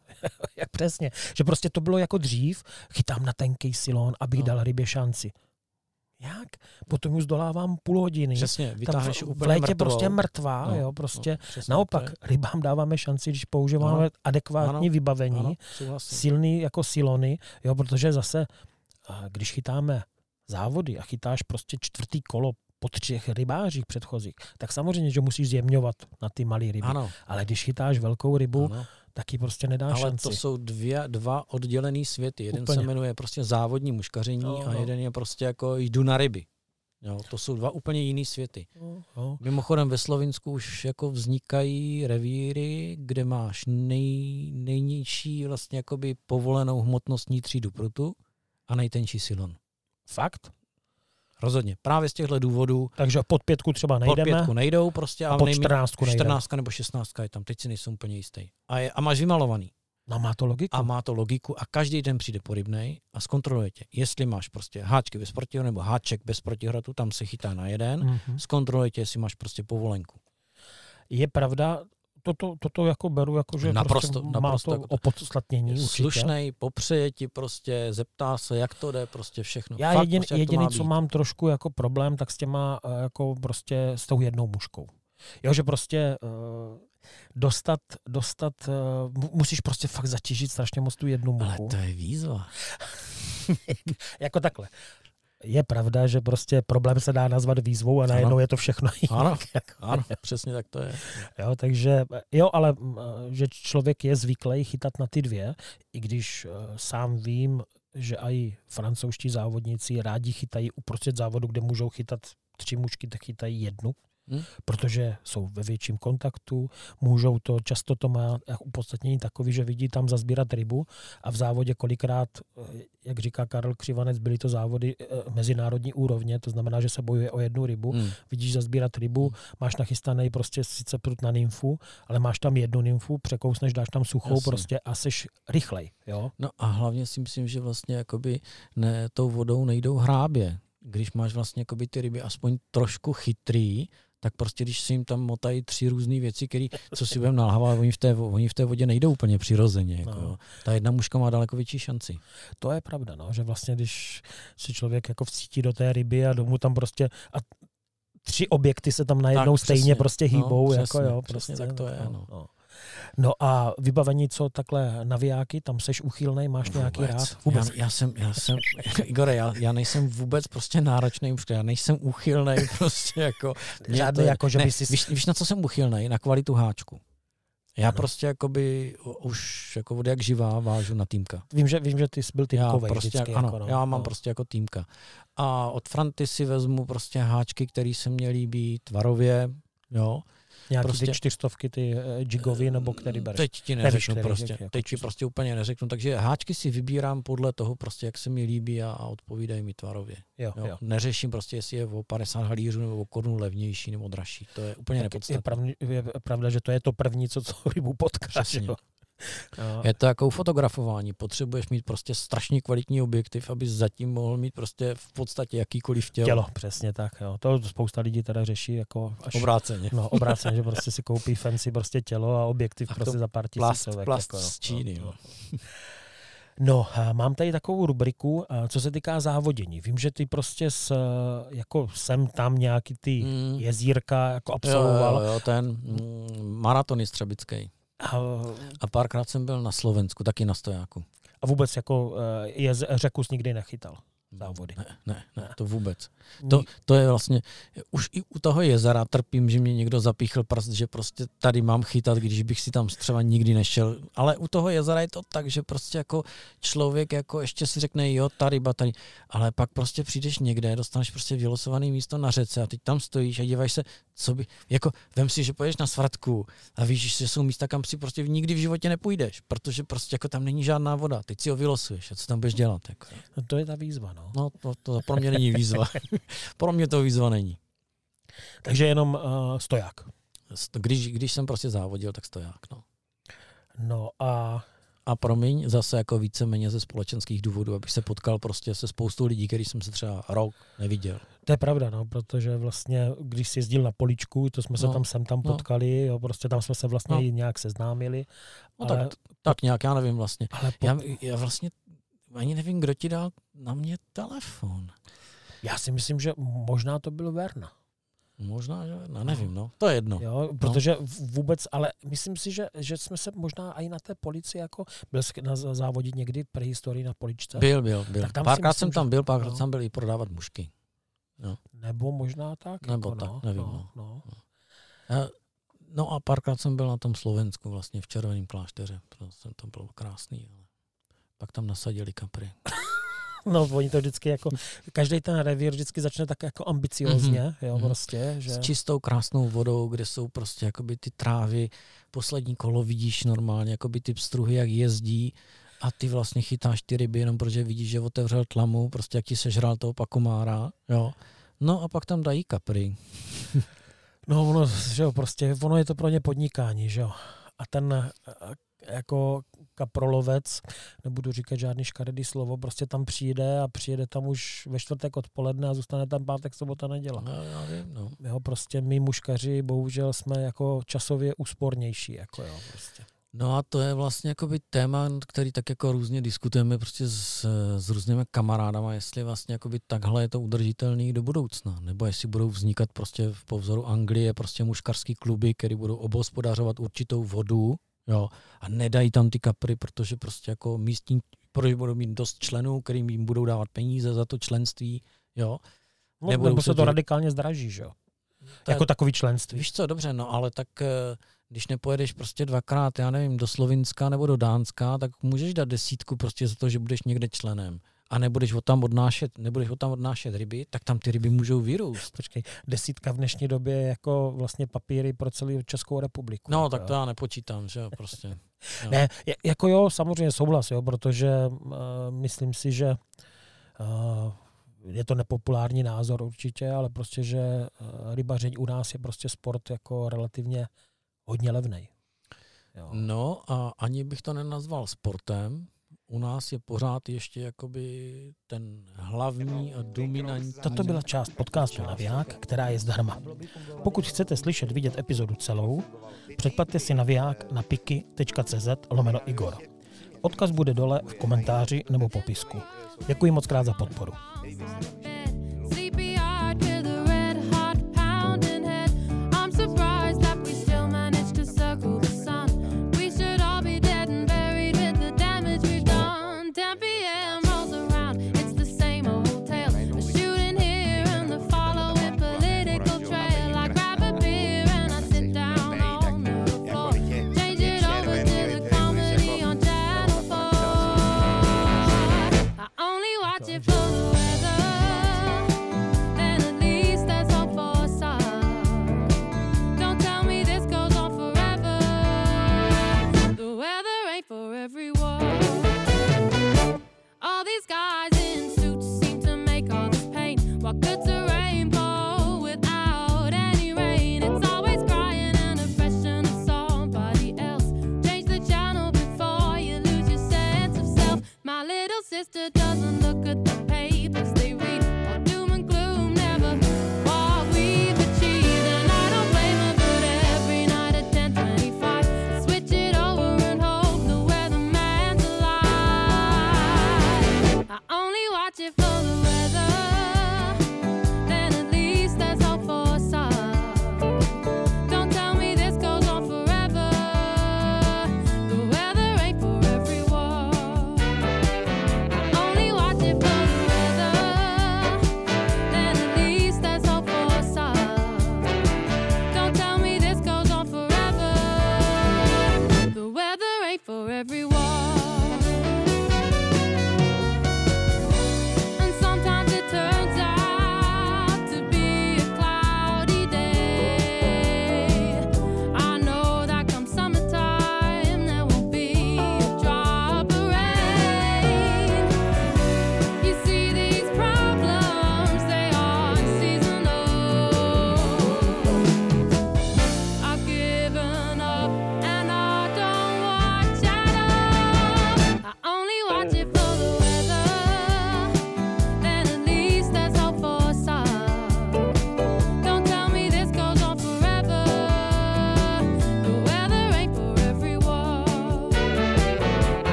Přesně. Že prostě to bylo jako dřív, chytám na tenký silon, abych dal rybě šanci. Jak? Potom už zdolávám půl hodiny. Přesně, vytáhneš úplně v létě mrtvou. prostě mrtvá, jo, prostě. Naopak, rybám dáváme šanci, když používáme adekvátní vybavení, silný jako silony, jo, protože zase, když chytáme závody a chytáš prostě 4. kolo po 3 rybářích předchozích, tak samozřejmě, že musíš zjemňovat na ty malé ryby. Ano. Ale když chytáš velkou rybu, tak ji prostě nedáš šanci. Ale to jsou dva oddělený světy. Jeden se jmenuje prostě závodní muškaření a jeden je prostě jako jdu na ryby. Jo, to jsou 2 úplně jiný světy. Mimochodem ve Slovinsku už jako vznikají revíry, kde máš nejnižší vlastně jakoby povolenou hmotnostní třídu prutu a nejtenčí silon. Fakt? rozhodně. Právě z těchto důvodů. Takže pod 5 třeba nejdeme. Pod 5 nejdou prostě. A pod 14 nejdeme. 14 nebo 16 je tam, teď si nejsem úplně jistý. A máš vymalovaný. No má to logiku. A má to logiku a každý den přijde po rybnej a zkontroluje tě. Jestli máš prostě háčky bez protihratu nebo háček bez protihratu, tam se chytá na jeden, zkontroluje tě, jestli máš prostě povolenku. Je pravda, toto jako beru, jako, že naprosto, prostě má to opodstatnění určitě. Slušnej, popřeje ti prostě, zeptá se, jak to jde, prostě všechno. Já jediný, co mám trošku jako problém, tak s těma jako prostě s tou jednou mužkou. Jo, že prostě dostat musíš prostě fakt zatížit strašně moc tu jednu muchu. Ale to je výzva. Jako takhle. Je pravda, že prostě problém se dá nazvat výzvou a najednou je to všechno jinak. Ano, přesně tak to je. Jo, takže, ale že člověk je zvyklý chytat na ty dvě, i když sám vím, že i francouzští závodníci rádi chytají uprostřed závodu, kde můžou chytat 3 mušky, tak chytají jednu. Protože jsou ve větším kontaktu, často to má opodstatnění takový, že vidí tam zazbírat rybu a v závodě kolikrát, jak říká Karel Křivanec, byly to závody mezinárodní úrovně, to znamená, že se bojuje o jednu rybu, vidíš zazbírat rybu, máš nachystaný prostě sice prut na nymfu, ale máš tam jednu nymfu, překousneš, dáš tam suchou. Jasně. Prostě a seš rychlej. Jo? No a hlavně si myslím, že vlastně jakoby tou vodou nejdou hrábě. Když máš vlastně jakoby ty ryby aspoň trošku chytrý, tak prostě když si jim tam motají 3 různé věci, které, co si budeme nalhávat, oni v té vodě nejdou úplně přirozeně. Jako, no. Ta jedna mužka má daleko větší šanci. To je pravda, no, že vlastně, když si člověk jako vcítí do té ryby a domů tam prostě a 3 objekty se tam najednou stejně prostě hýbou. No, přesně, jako, přesně tak to je. No a vybavení, co takhle navijáky, tam seš uchylnej, máš nějaký rád? Vůbec. Já jsem Igore, já nejsem vůbec prostě náročný, já nejsem uchylnej prostě jako. Žádný jako, že by si... Víš, na co jsem uchylnej? Na kvalitu háčku. Já prostě jakoby už jako od jak živá vážu na týmka. Vím, že ty jsi byl týmkovej prostě, vždycky. Ano, jako, no. Já mám prostě jako týmka. A od Franty si vezmu prostě háčky, které se mě líbí tvarově, jo. Nějaký prostě, ty 400, ty jigovy, nebo který bereš? Teď ti neřeknu prostě. Teď ti prostě úplně neřeknu. Takže háčky si vybírám podle toho, prostě, jak se mi líbí a odpovídají mi tvarově. Jo. Neřeším prostě, jestli je o 50 halířů nebo o korunu levnější nebo dražší. To je úplně nepodstatné. Je pravda, že to je to první, co rybu potkáš. Je to jako fotografování. Potřebuješ mít prostě strašně kvalitní objektiv, aby zatím mohl mít prostě v podstatě jakýkoliv tělo. Přesně tak. Jo. To spousta lidí teda řeší jako až obráceně. No, obráceně, že prostě si koupí fancy prostě tělo a objektiv a prostě za pár tisícovek. Plast jako, z Číny. No, mám tady takovou rubriku, co se týká závodění. Vím, že ty prostě jako sem tam nějaký ty jezírka jako absolvoval. Jo, ten maratony střebický. A párkrát jsem byl na Slovensku, taky na stojáku. A vůbec jako řeku jsi nikdy nechytal? Závody. Ne, to vůbec. To je vlastně, už i u toho jezera trpím, že mě někdo zapíchl prst, že prostě tady mám chytat, když bych si tam třeba nikdy nešel. Ale u toho jezera je to tak, že prostě jako člověk jako ještě si řekne, jo, ta ryba tady, ale pak prostě přijdeš někde, dostaneš prostě vylosované místo na řece a teď tam stojíš a díváš se, co by, jako vem si, že pojedeš na Svratku a víš, že jsou místa, kam si prostě nikdy v životě nepůjdeš, protože prostě jako tam není žádná voda, teď si ho vylosuješ a co tam budeš dělat? Jako. No to je ta výzva, no. No, to pro mě není výzva. Pro mě to výzva není. Takže jenom stoják. Když jsem prostě závodil, tak stoják, no. No a... A promiň, zase jako víceméně ze společenských důvodů, abych se potkal prostě se spoustou lidí, který jsem se třeba rok neviděl. To je pravda, no, protože vlastně, když jsi jezdil na Poličku, to jsme se tam potkali, jo, prostě tam jsme se vlastně nějak seznámili. No ale... tak nějak, já nevím vlastně. Ale já vlastně ani nevím, kdo ti dal na mě telefon. Já si myslím, že možná to byl Verna. Možná, že nevím, no. To je jedno. Jo, protože vůbec, ale myslím si, že jsme se možná i na té Policii jako byl na závodit někdy prehistorii na Poličce. Byl. Párkrát jsem tam byl, párkrát jsem byl i prodávat mušky. No. Nebo možná tak. Nebo jako, tak, nevím. No a párkrát jsem byl na tom Slovensku, vlastně v Červeném klášteře. To bylo krásný, ale pak tam nasadili kapry. No, oni to vždycky jako, každý ten revír vždycky začne tak jako ambiciózně, jo, prostě. Že... S čistou krásnou vodou, kde jsou prostě jakoby ty trávy, poslední kolo vidíš normálně, jakoby ty pstruhy, jak jezdí A ty vlastně chytáš ty ryby jenom protože vidíš, že otevřel tlamu, prostě jak ti sežral toho pakomára, jo. No a pak tam dají kapry. No ono, že jo, prostě ono je to pro ně podnikání, že jo. A ten jako kaprolovec, nebudu říkat žádný škaredý slovo, prostě tam přijede tam už ve čtvrtek odpoledne a zůstane tam pátek, sobota, neděle. No, já vím, no. Jo, prostě my muškaři, bohužel jsme jako časově úspornější, jako jo, prostě. No a to je vlastně jakoby téma, který tak jako různě diskutujeme prostě s různými kamarádama, jestli vlastně jakoby takhle je to udržitelný do budoucna, nebo jestli budou vznikat prostě po vzoru Anglie prostě muškarský kluby, které budou obhospodařovat určitou vodu, jo, a nedají tam ty kapry, protože prostě jako místní, protože budou mít dost členů, kterým jim budou dávat peníze za to členství, jo. Nebo se to radikálně zdraží, že jo. Jako takový členství. Víš co, dobře, no ale tak když nepojedeš prostě dvakrát, já nevím, do Slovinska nebo do Dánska, tak můžeš dát 10 prostě za to, že budeš někde členem. A nebudeš ho tam odnášet ryby, tak tam ty ryby můžou vyrůst. Počkej, 10 v dnešní době je jako vlastně papíry pro celou Českou republiku. No, tak to já nepočítám, že jo, prostě. Jo. Ne, jako jo, samozřejmě souhlas, jo, protože myslím si, že je to nepopulární názor určitě, ale prostě, že rybaření u nás je prostě sport jako relativně hodně levnej. Jo. No a ani bych to nenazval sportem. U nás je pořád ještě jakoby ten hlavní a dominantní. Toto byla část podcastu Naviják, která je zdarma. Pokud chcete slyšet vidět epizodu celou, předplaťte si Naviják na piki.cz/Igor. Odkaz bude dole v komentáři nebo popisku. Děkuji moc krát za podporu.